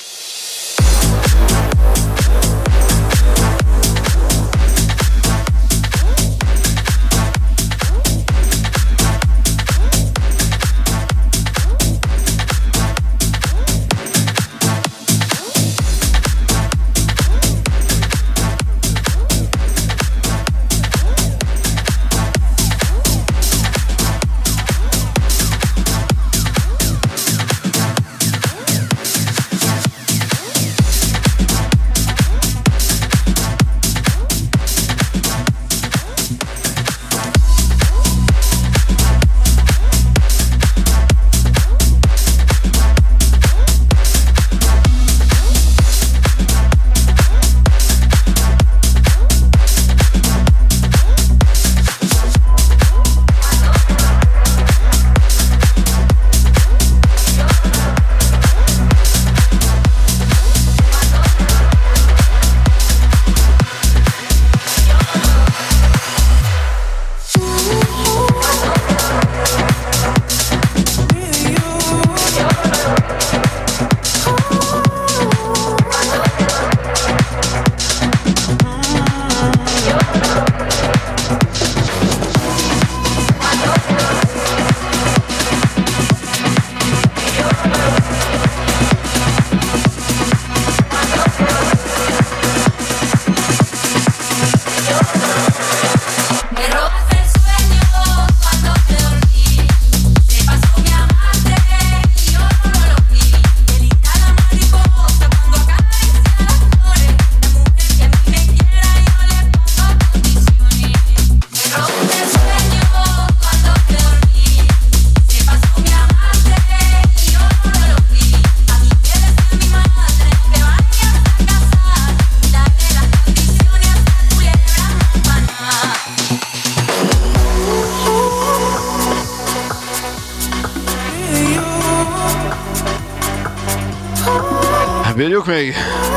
Bírjuk még?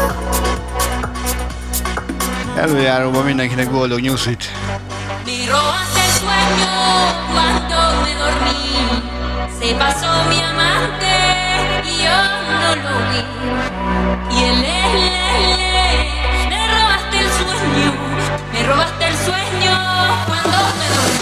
Előjáróban mindenkinek boldog nyuszit.
Mi robaste el sueño cuando me dormí. Se pasó mi amante y yo no lo vi. Y el me robaste el sueño. Me robaste el sueño cuando me dormí.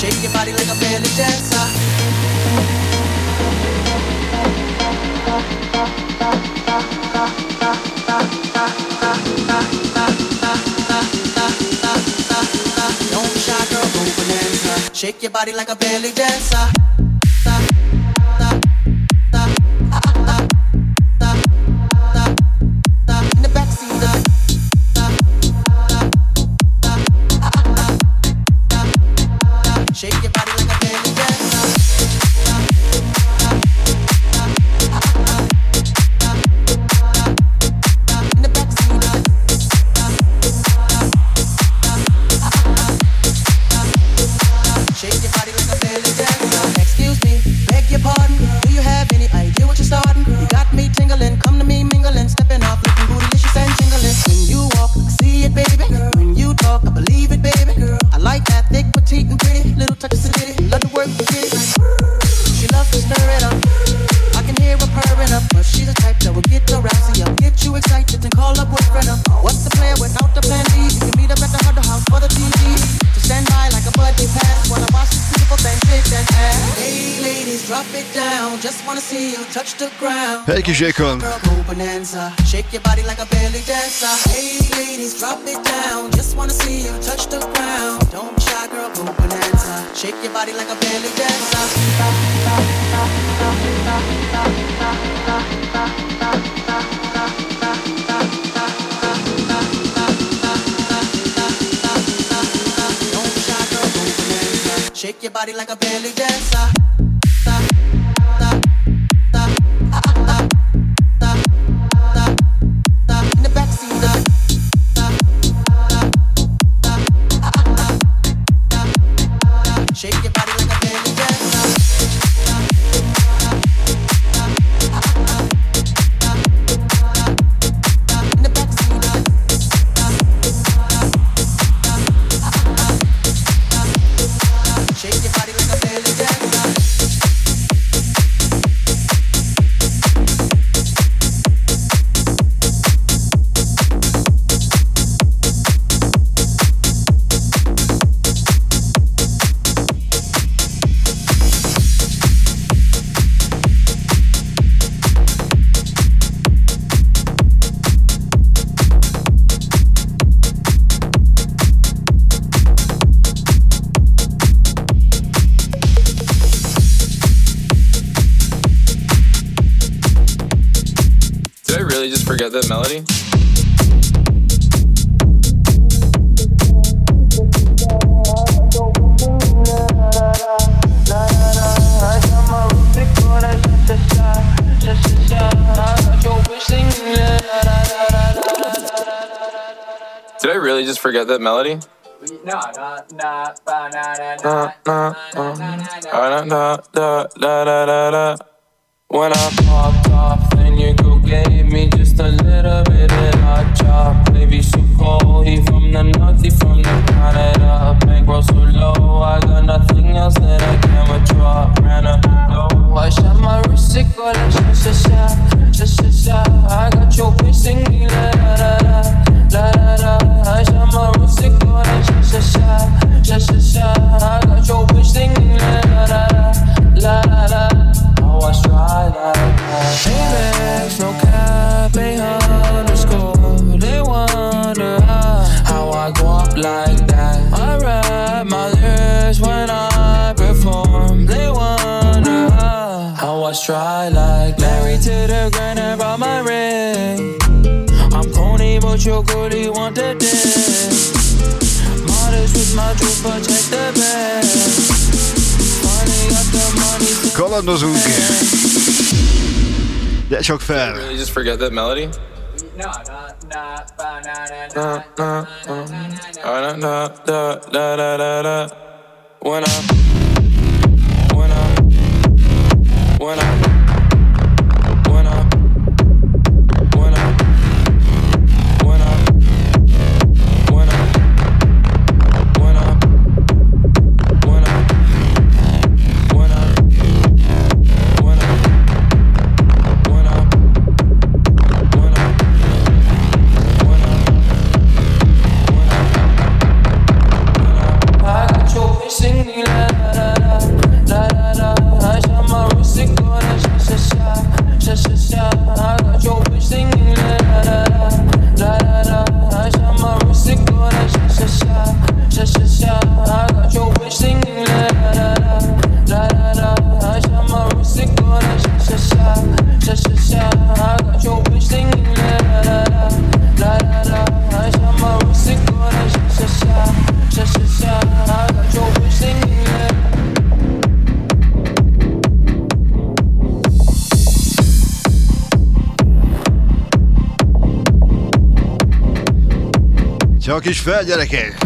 Shake your body like a belly dancer. Don't be shy, girl, go bonanza. Shake your body like a belly dancer. In the backseat. Shake your body like a belly dancer. In the backseat. Shake your body like a belly dancer. Excuse me, beg your pardon. Do you have any idea what you're starting? You got me tingling, come to me mingling, stepping off, looking bootylicious and jingling. When you walk, I see it, baby. When you talk, I believe it, baby. I like that thick, petite, and pretty. Little touches of ditty, love to work with it. She loves to stir it up. I can hear her purring up, but she's the type that will get the rousey up, get you excited and call her boyfriend up. What's the plan without the plan B? You can meet up at the Hunter House for the TV. To stand by like a buddy pass while I watch this beautiful thing shake that ass. Hey ladies, drop it down. Just wanna see you touch the ground.
Hey kis Ékon!
Go bonanza. Shake your body like a belly dancer. Hey ladies, drop it down. Just wanna see you touch the ground. Don't be shy, girl, go bonanza. Shake your body like a belly dancer. Shake your body like a belly dancer. In the backseat. Shake your body like a belly dancer. In the backseat. Shake your body like a belly dancer.
Just forget that melody? Did I really just forget that melody? When I popped off, then you go gave me just a little bit of hot chop. Baby so cold, he from the north, he from the Canada. Bankroll so low, I got nothing else that I can withdraw. Ran up low, I shot my wrist, it go like sha-sha-sha. I got your bitch singing la-da-da-da, la-da-da. I shot my wrist, it go like sha-sha-sha. I got your bitch singing la-da-da-da, la-da-da. I try like that. Amex, no cap, _. They wonder how I go up like that. I rap my lyrics when I perform. They wonder how I try like that. Married to the grind and brought my ring. I'm corny, but you're good, you want the dick. Modest with my truth, protect the bed.
Kalandozunk! De csak fel!
Really just forget that melody? Singing
Csak is fel, gyerekek!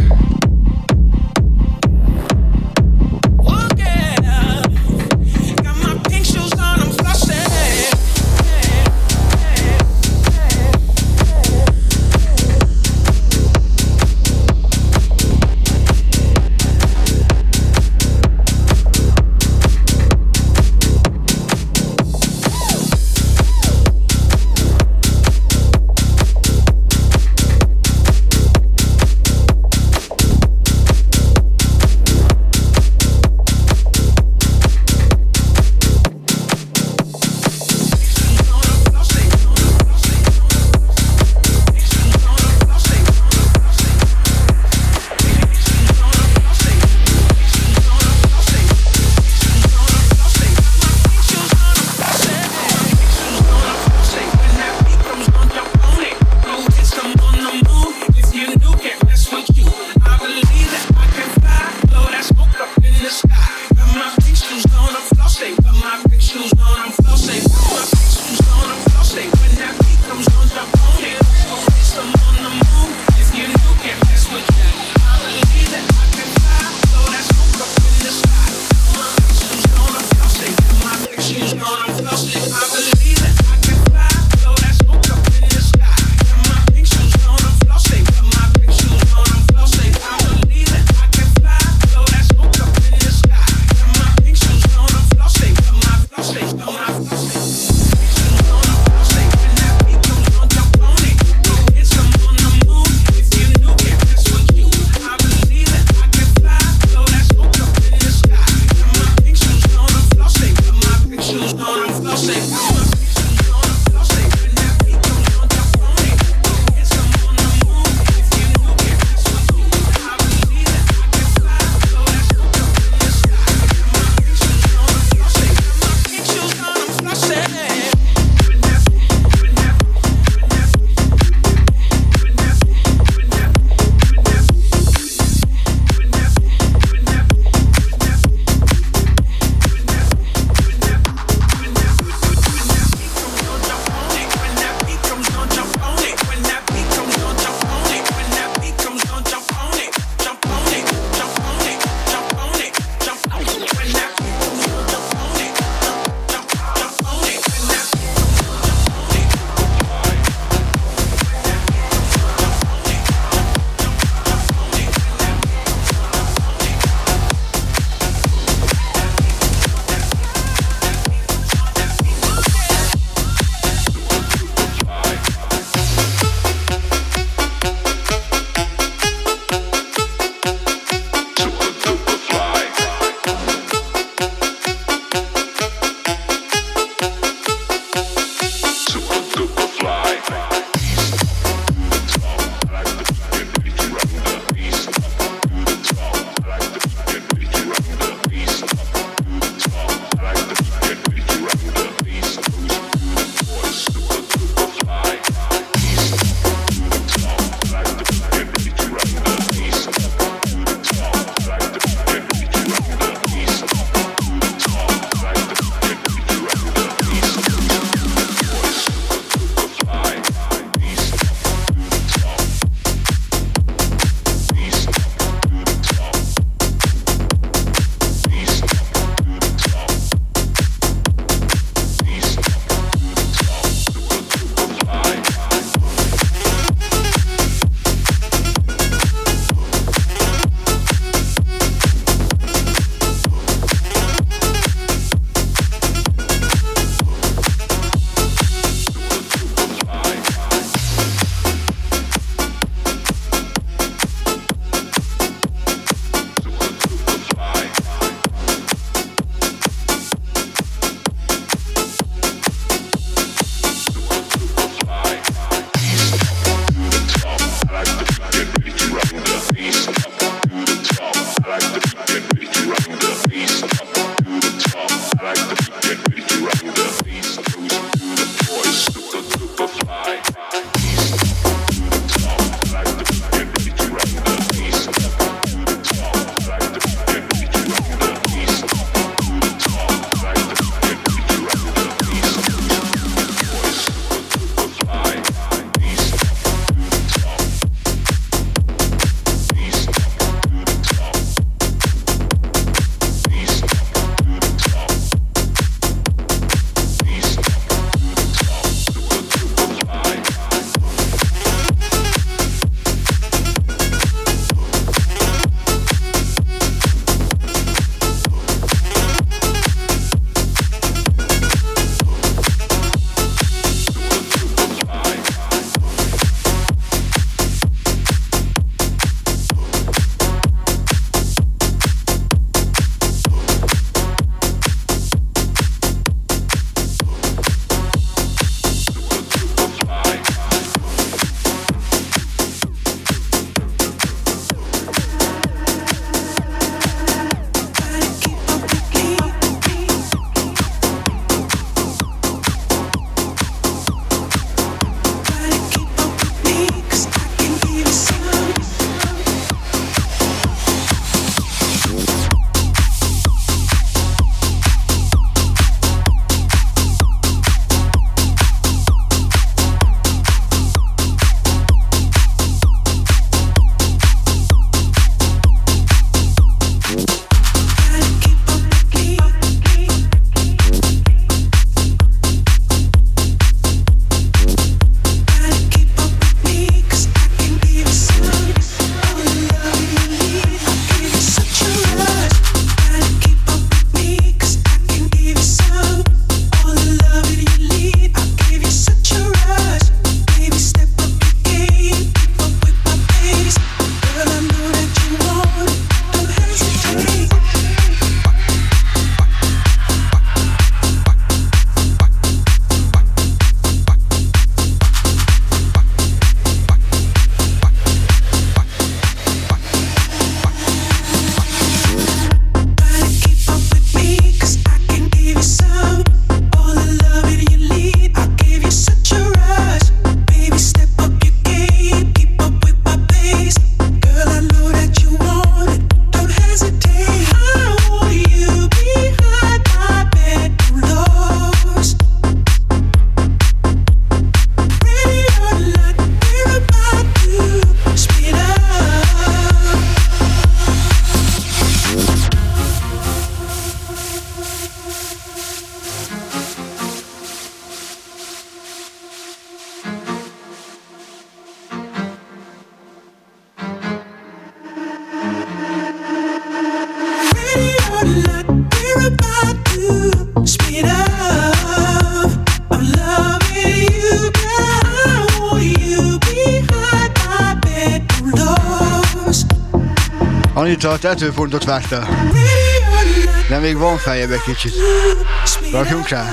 Kicsit a tetőpontot várta. De még van feljebb egy kicsit. Rakjunk rá.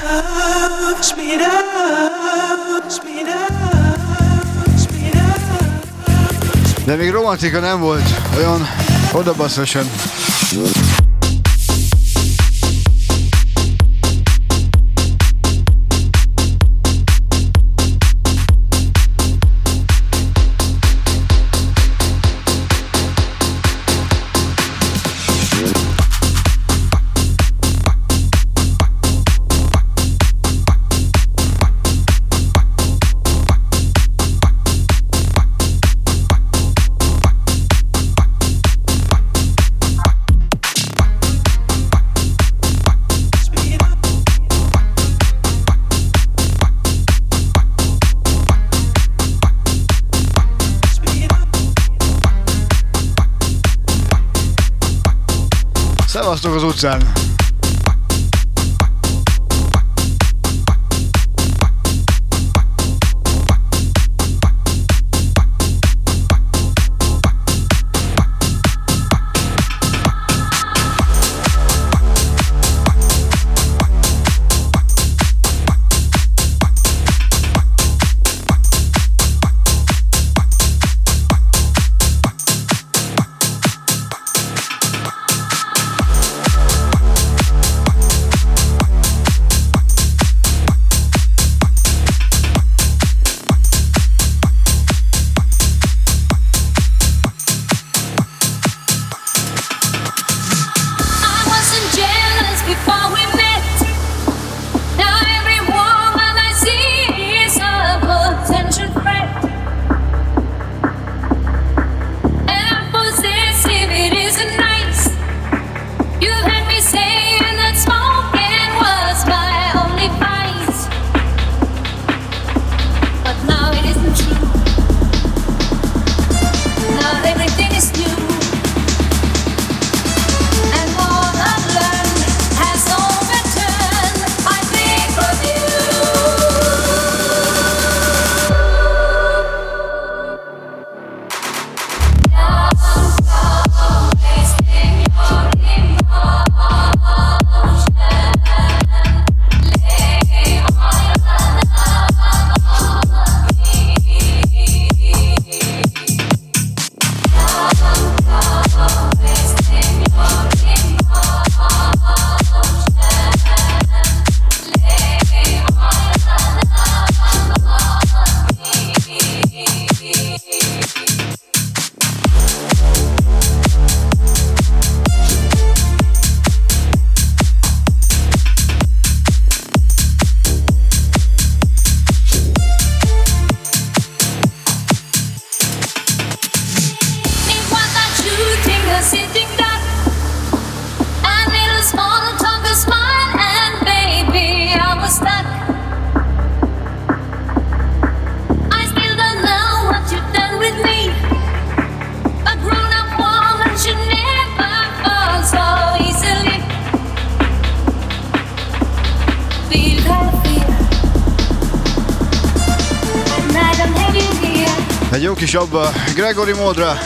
De még romantika nem volt, olyan odabasszosan. Szevasztok az utcán! Egy jó kis abba, Gregory módra.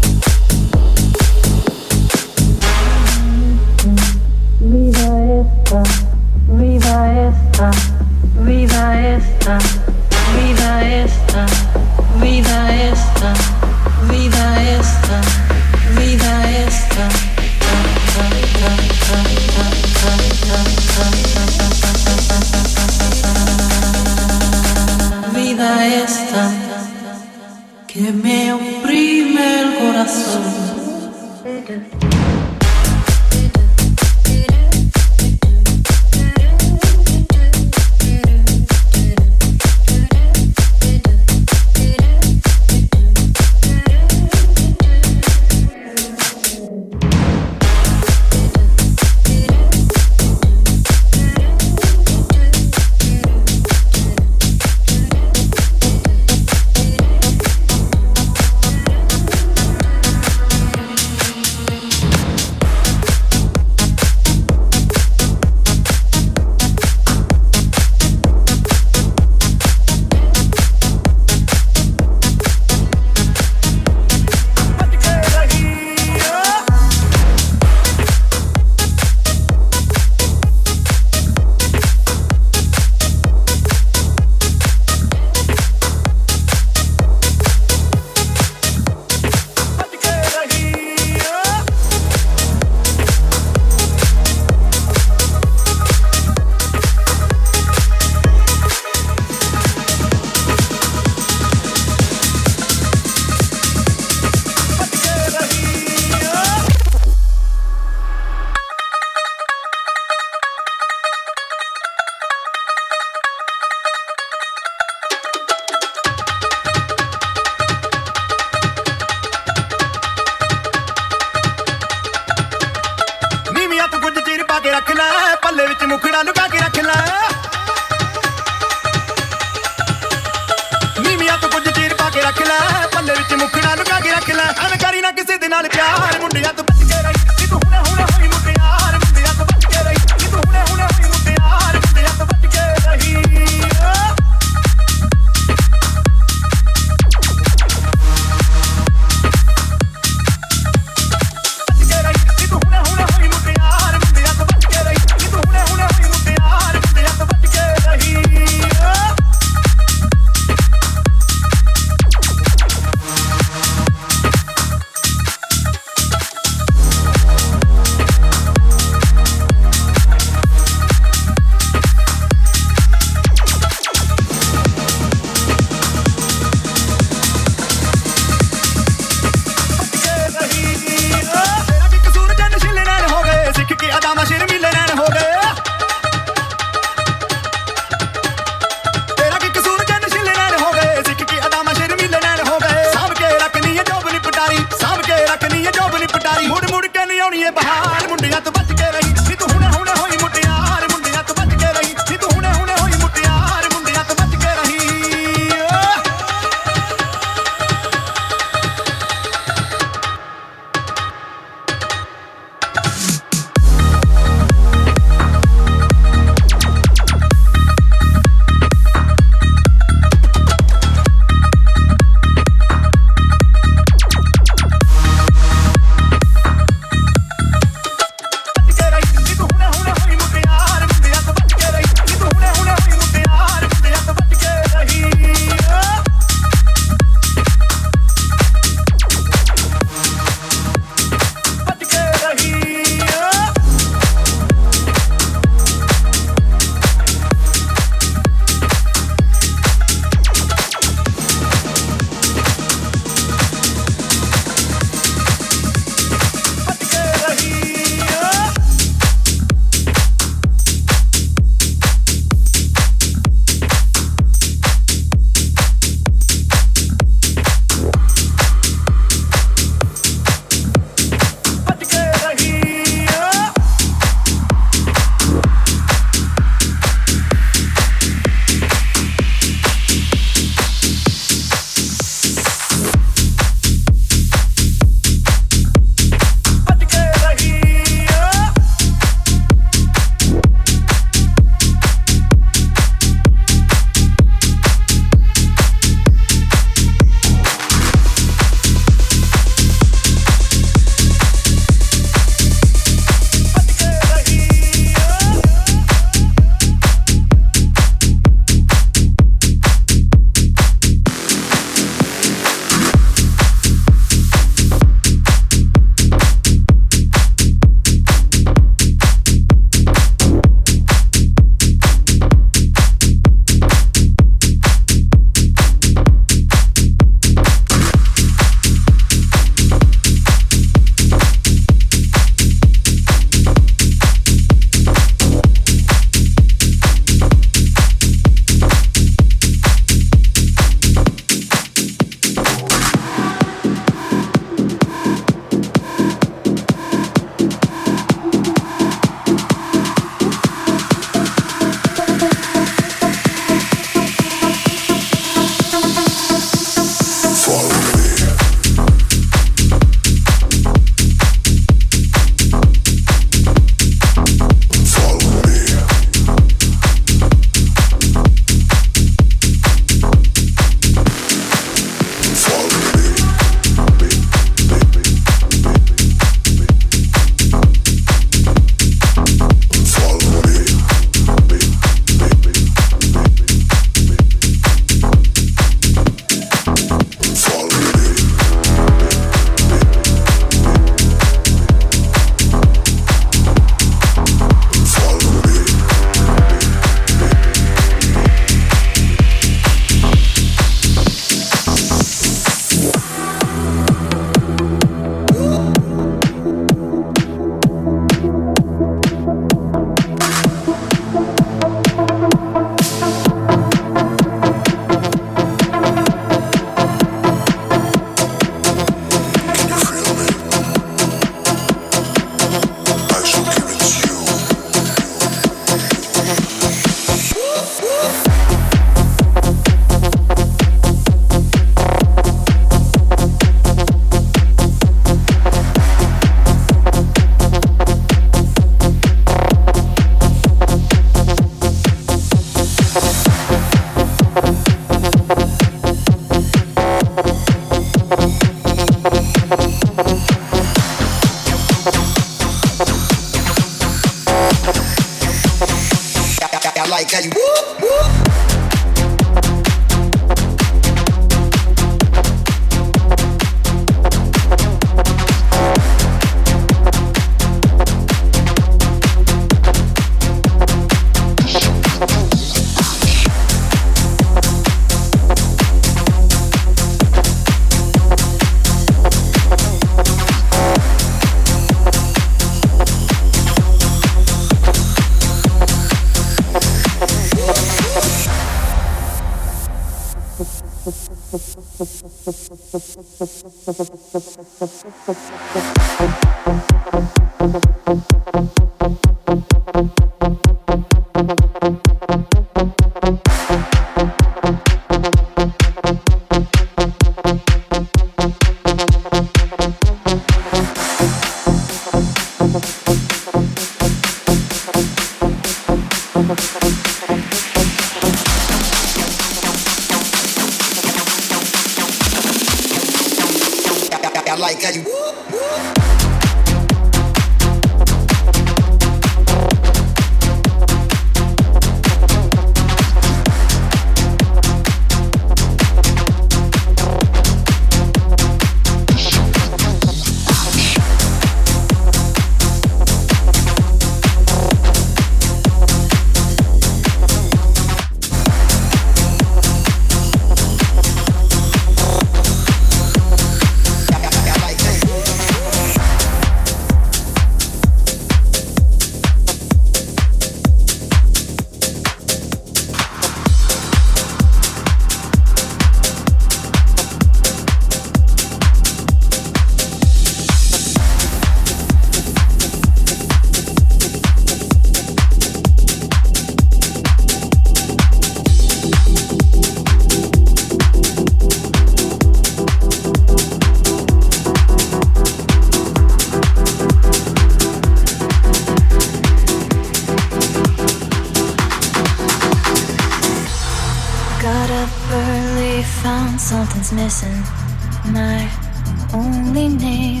Something's missing, my only name.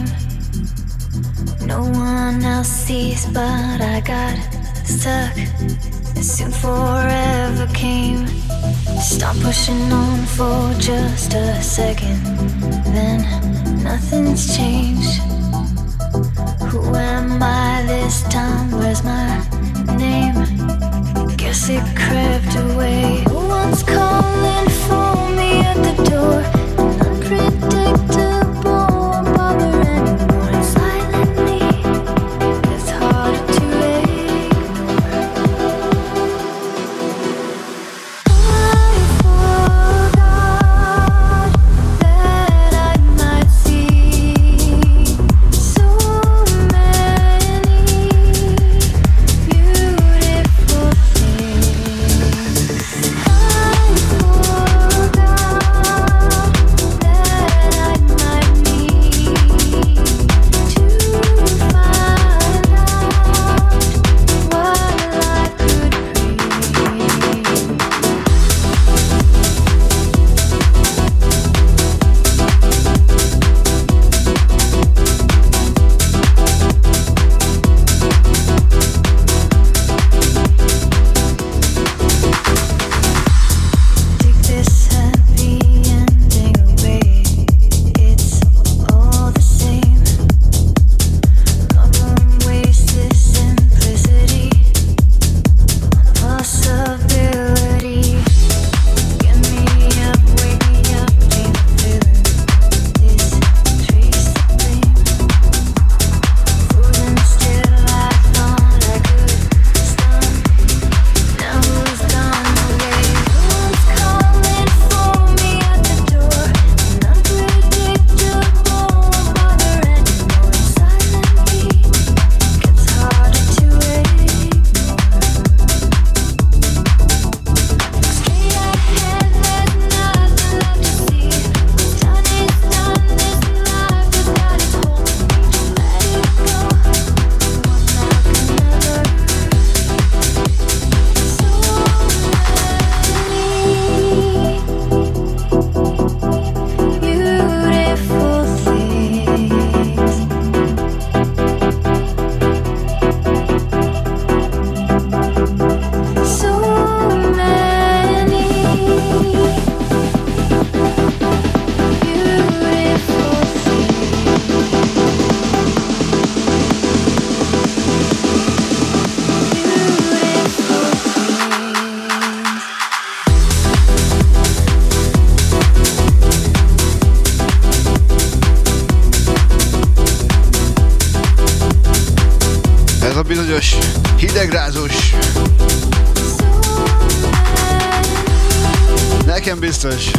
No one else sees, but I got stuck. Soon forever came. Stop pushing on for just a second, then nothing's changed. Who am I this time? Where's my name? Guess it crept away. No one's calling for me at the door. Unpredictable, bother anymore. Silently, it's hard to ignore. I forgot that I might see so many beautiful things. I
bizonyos hidegrázós. Nekem biztos.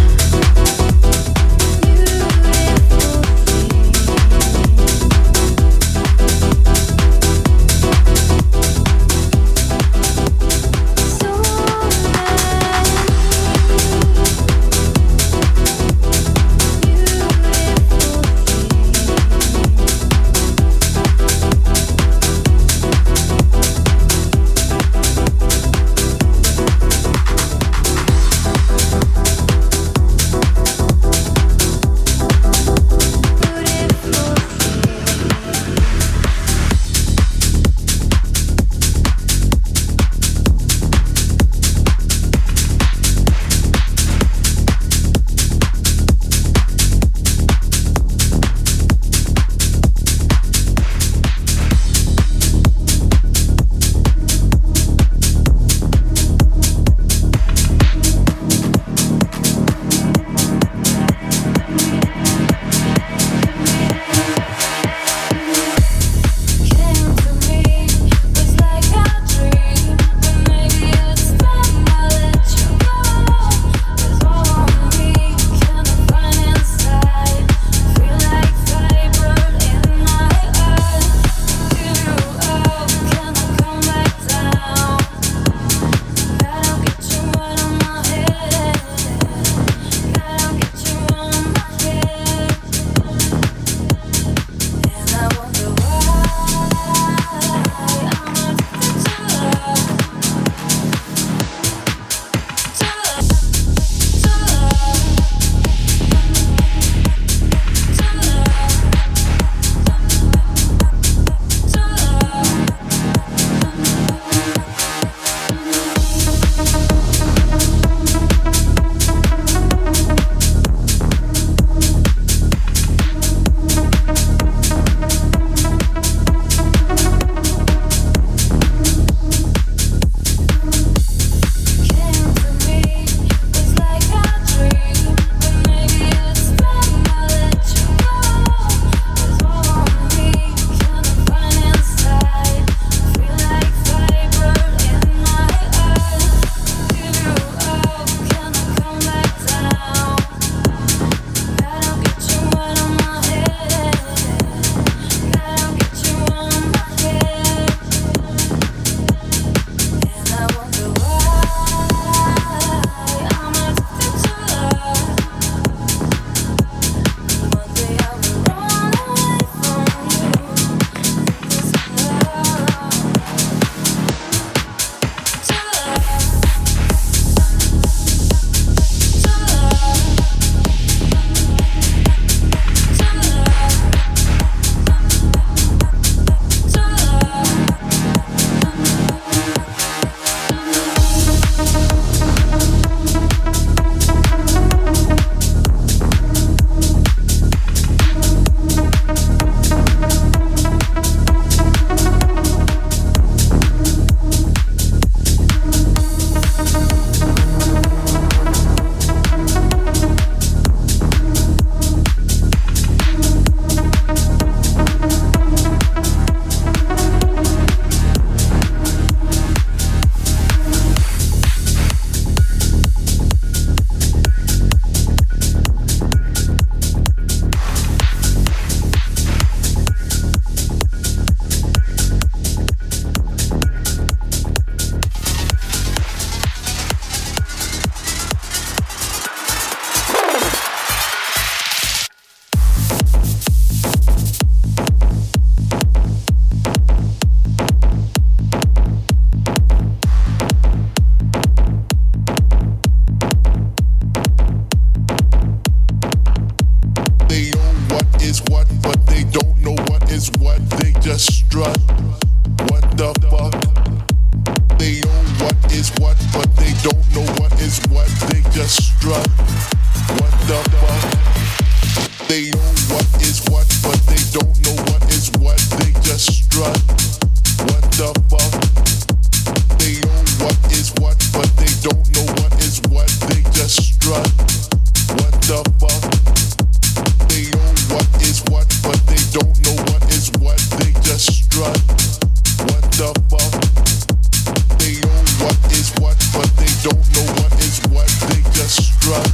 They know what is what, but they don't know what is what. They just strut.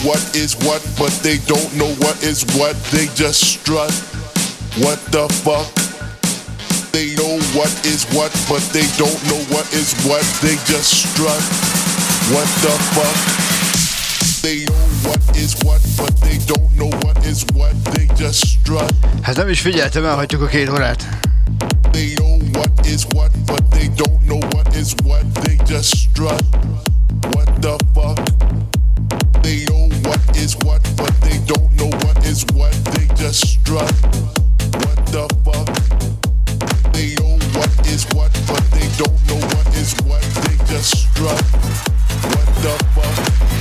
what is what, but they don't know what is what. They just strut. What the fuck? They know what is what, but they don't know what is what. They just strut. What the fuck? They know what is what, but they don't know what is what. They just strut.
Hát nem is figyeltem, elhagytuk a 2 órát.
They know what is what, but they don't know what is what. They just strut. What the fuck? They know what is what, but they don't know what is what. They just strut. What the fuck? They know what is what, but they don't know what is what. They just strut. What the fuck?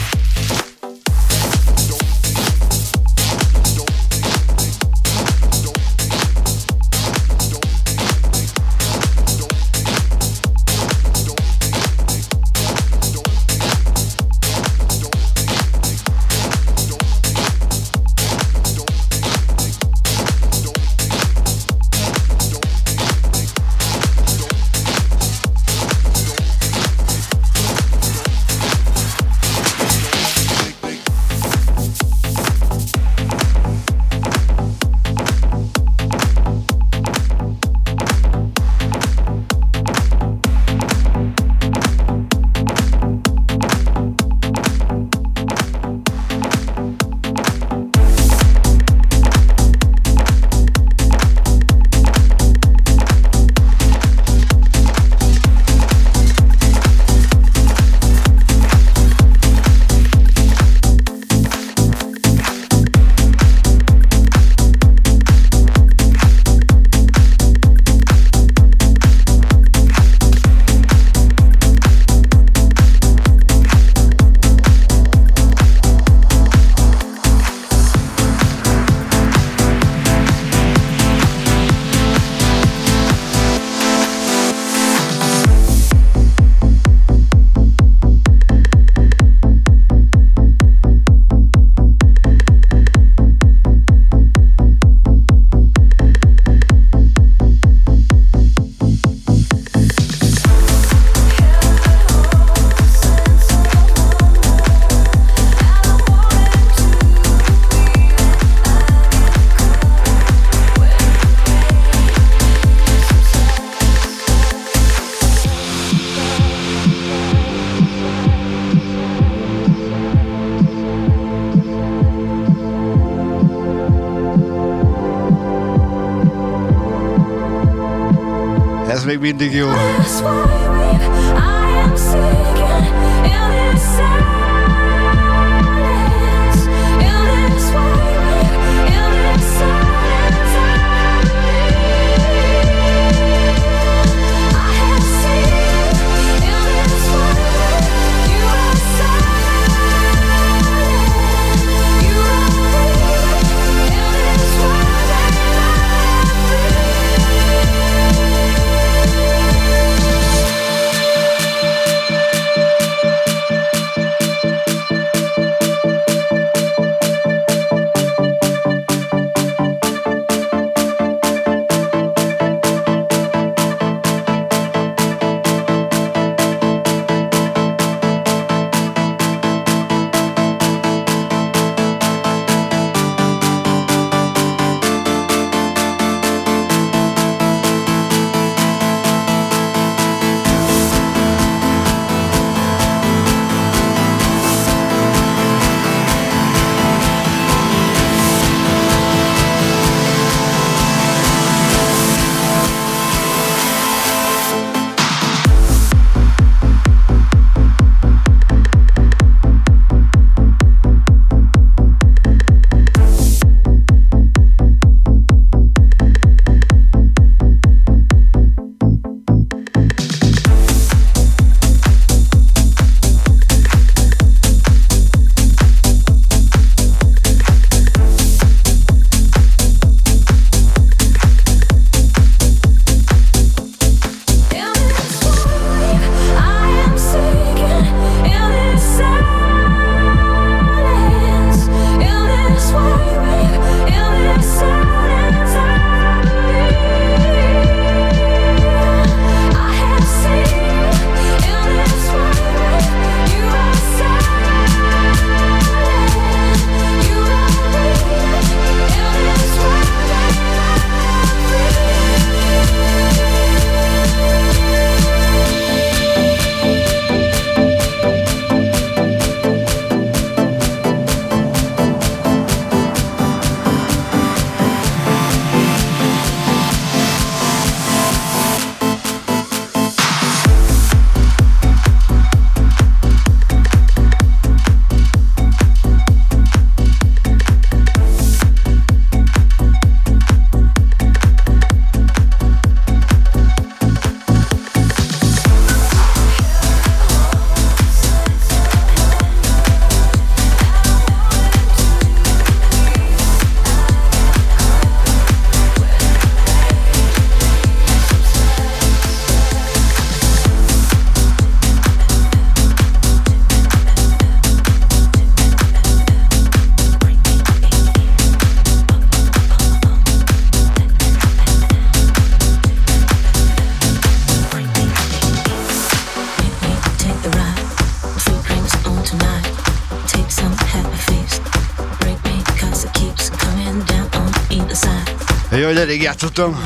Ez még mindig jó. Jaj, elég játszottam.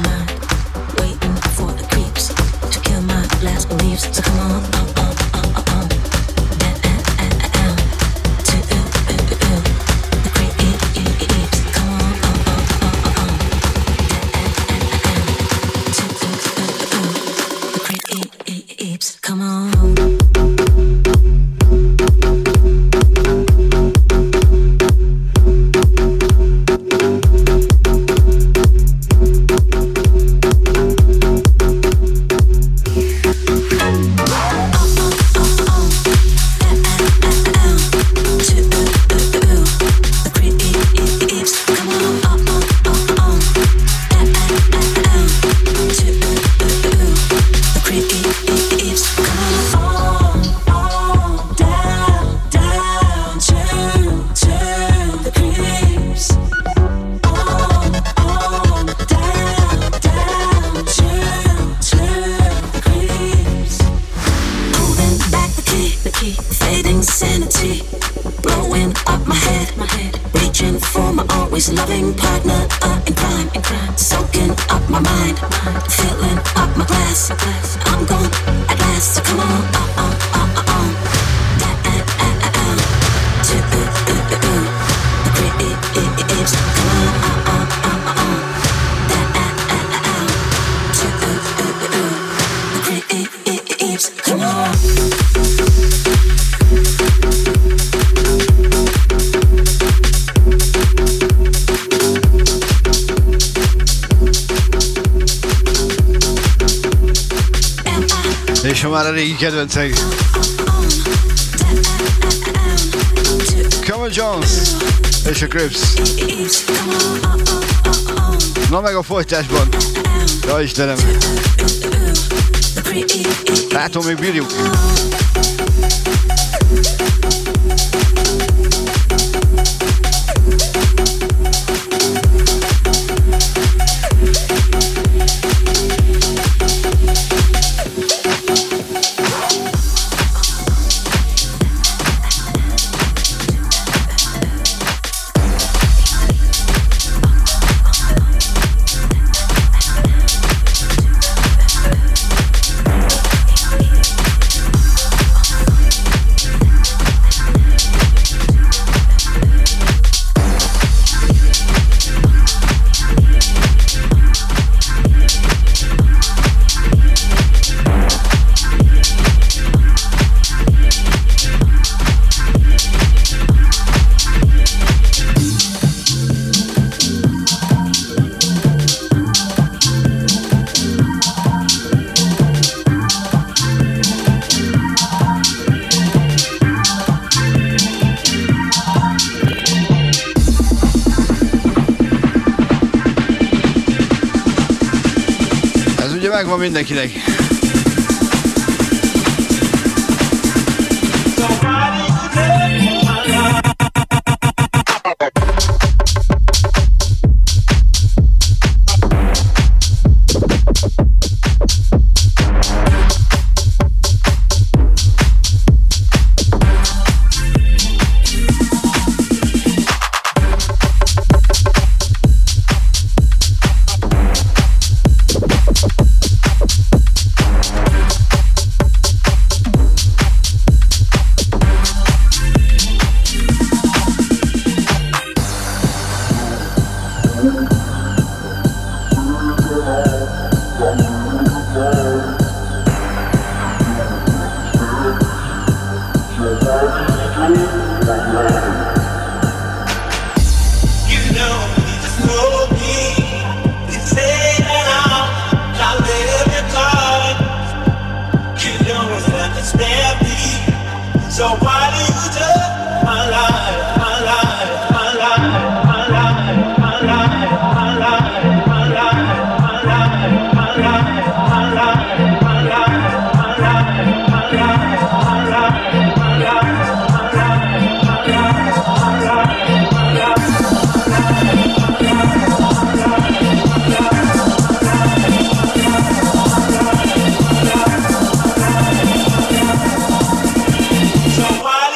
És ha már a régi kedvencek. Come on Jones és a Crips. Na meg a folytásban. Ja Istenem. Látom, még bírjuk. Megvan mindenkinek.
So why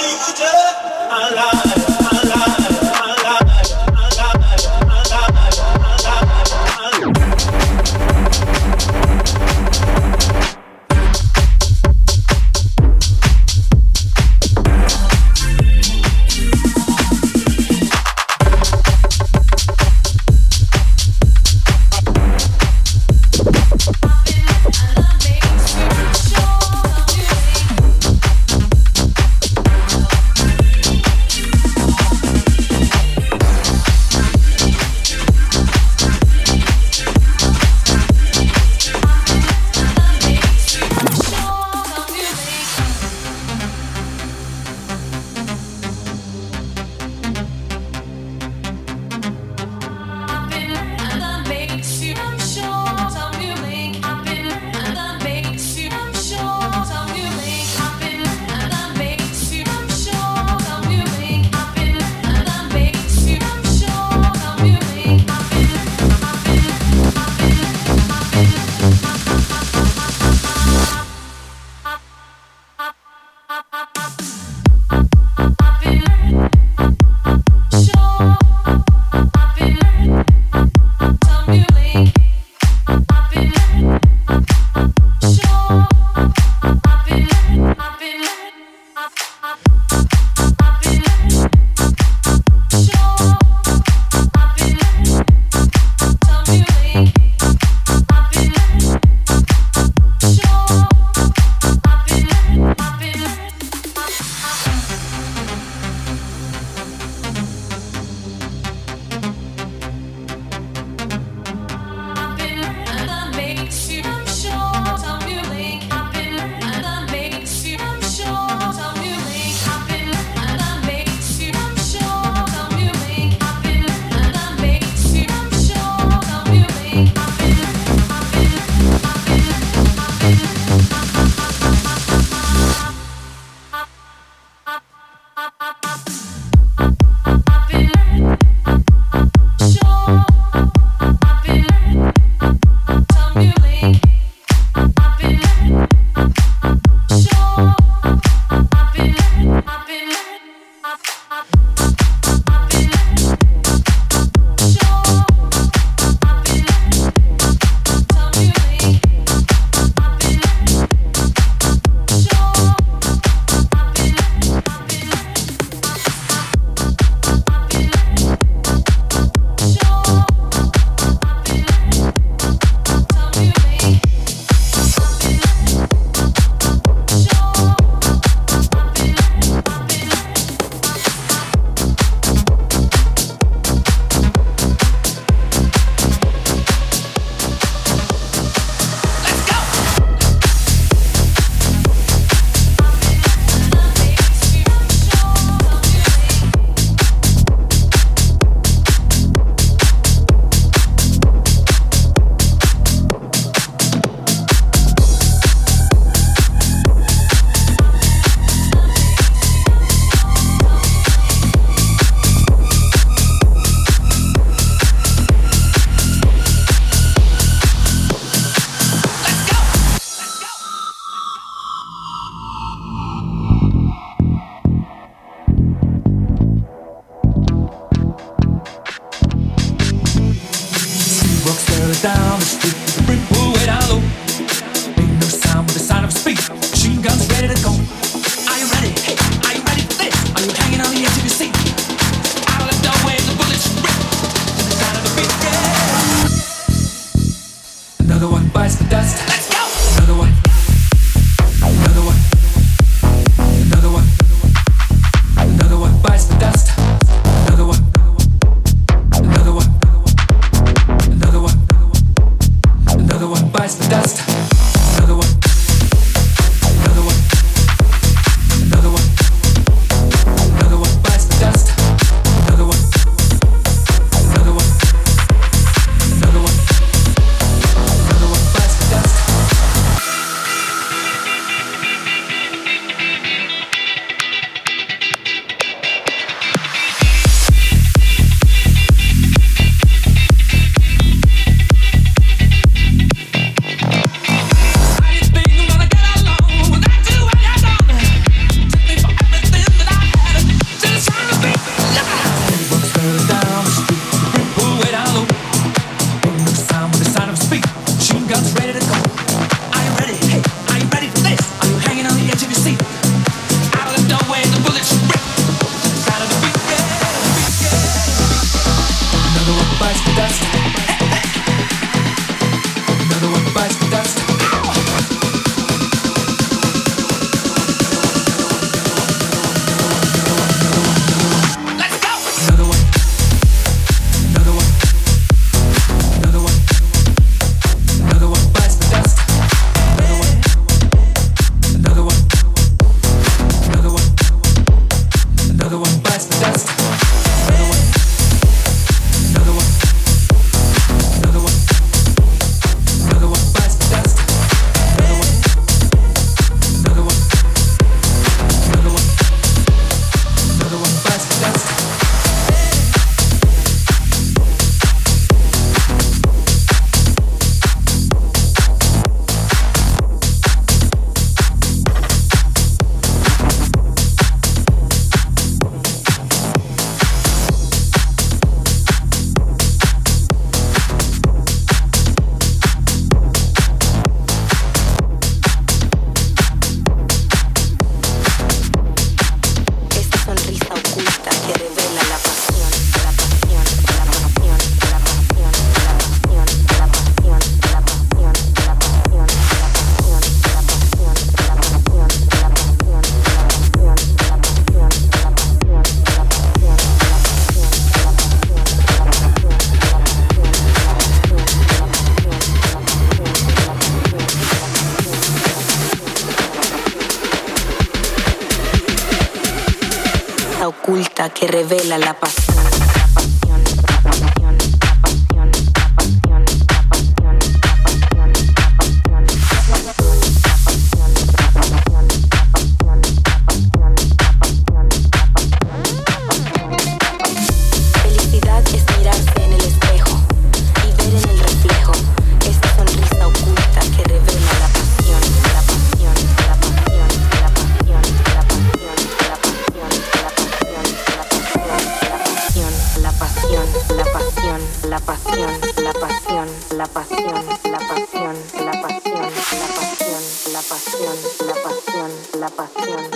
oculta que revela la pasión.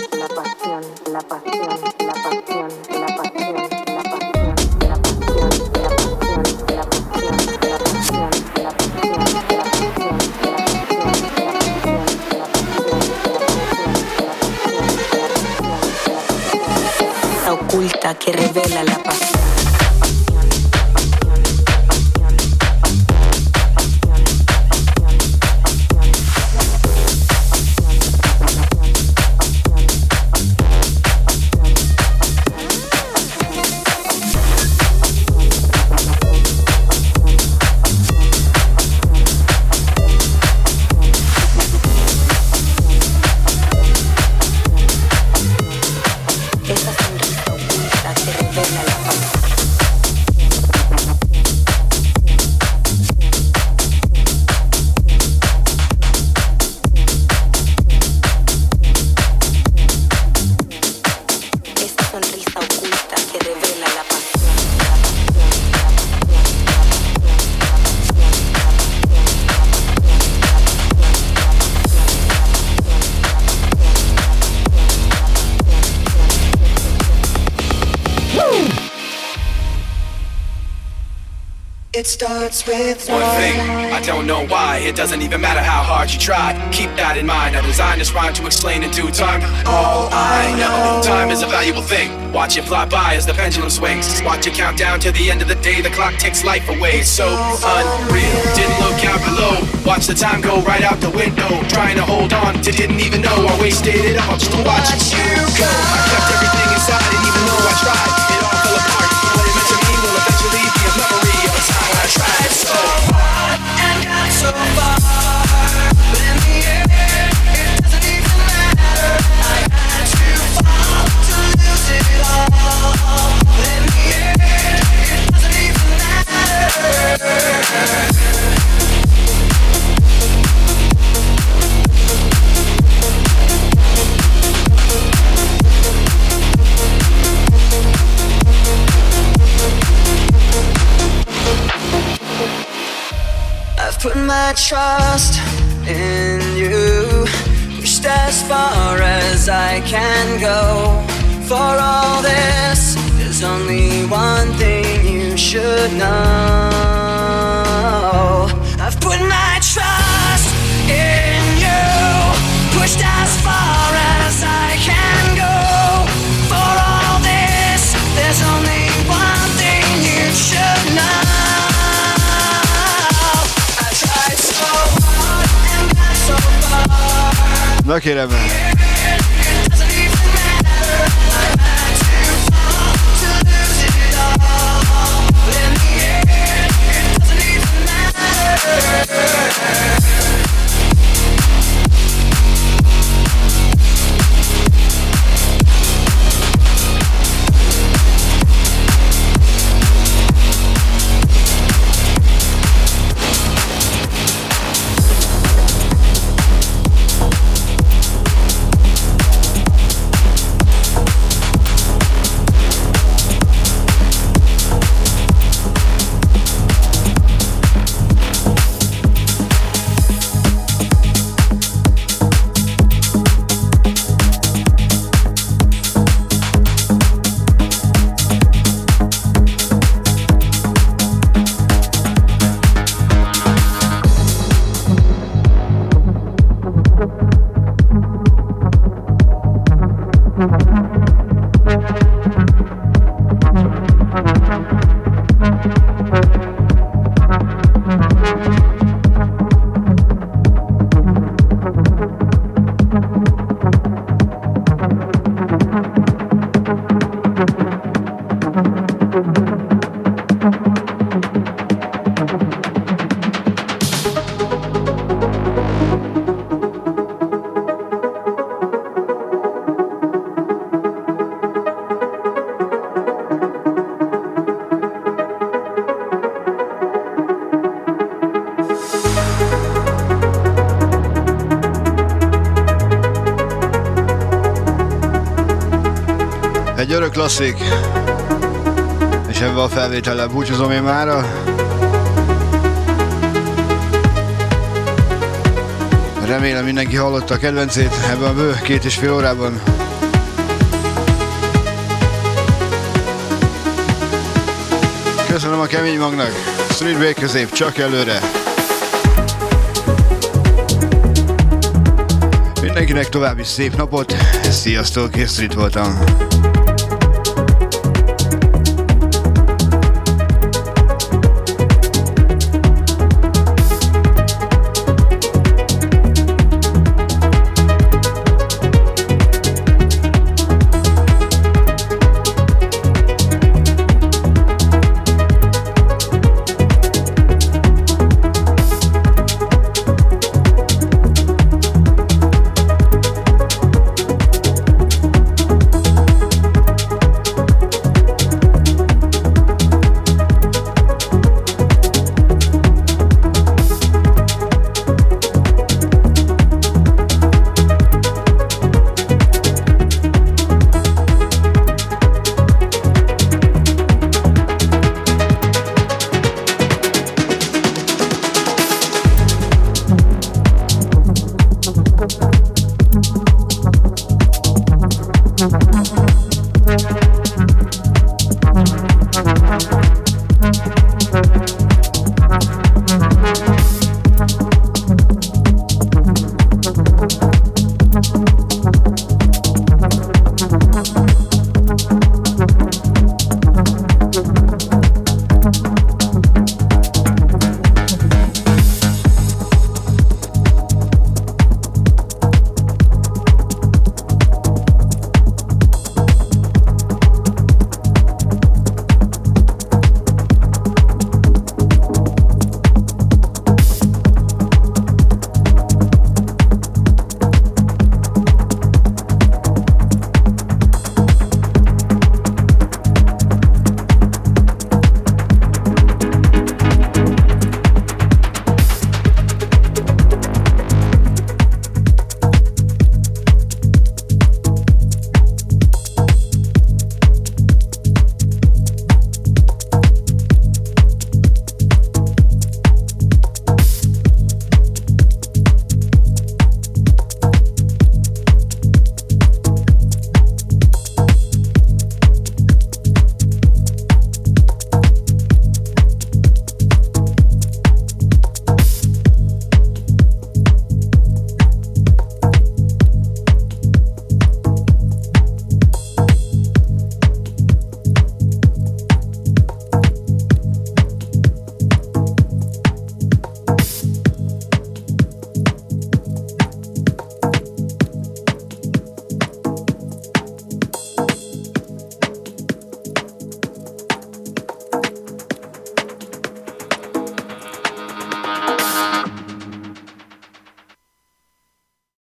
Que revela la pasión.
It starts with one thing, I don't know why. It doesn't even matter how hard you try. Keep that in mind, I designed this rhyme to explain in due time. All I know, time is a valuable thing. Watch it fly by as the pendulum swings. Watch it count down to the end of the day. The clock takes life away, it's so unreal. Didn't look out below, watch the time go right out the window. Trying to hold on to didn't even know I wasted it all just to watch you go. I kept everything inside and even though I tried, it all fell apart. What it meant to me will eventually be a memory of a time when I tried so hard and got so far, but in the end, it doesn't even matter. I had to fall to lose it all, but in the end, it doesn't even matter. I've put my trust in you, pushed as far as I can go. For all this, there's only one thing you should know. I've put my trust in you, pushed as far as I can go. For all this, there's only one thing you should know.
Na kérem el. Egy örök klasszik, és ebben a felvétellel búcsúzom én mára. Remélem mindenki hallotta a kedvencét ebben a bő 2,5 órában. Köszönöm a kemény magnak. Street Break közép, csak előre. Mindenkinek további szép napot. Sziasztok, én Street voltam.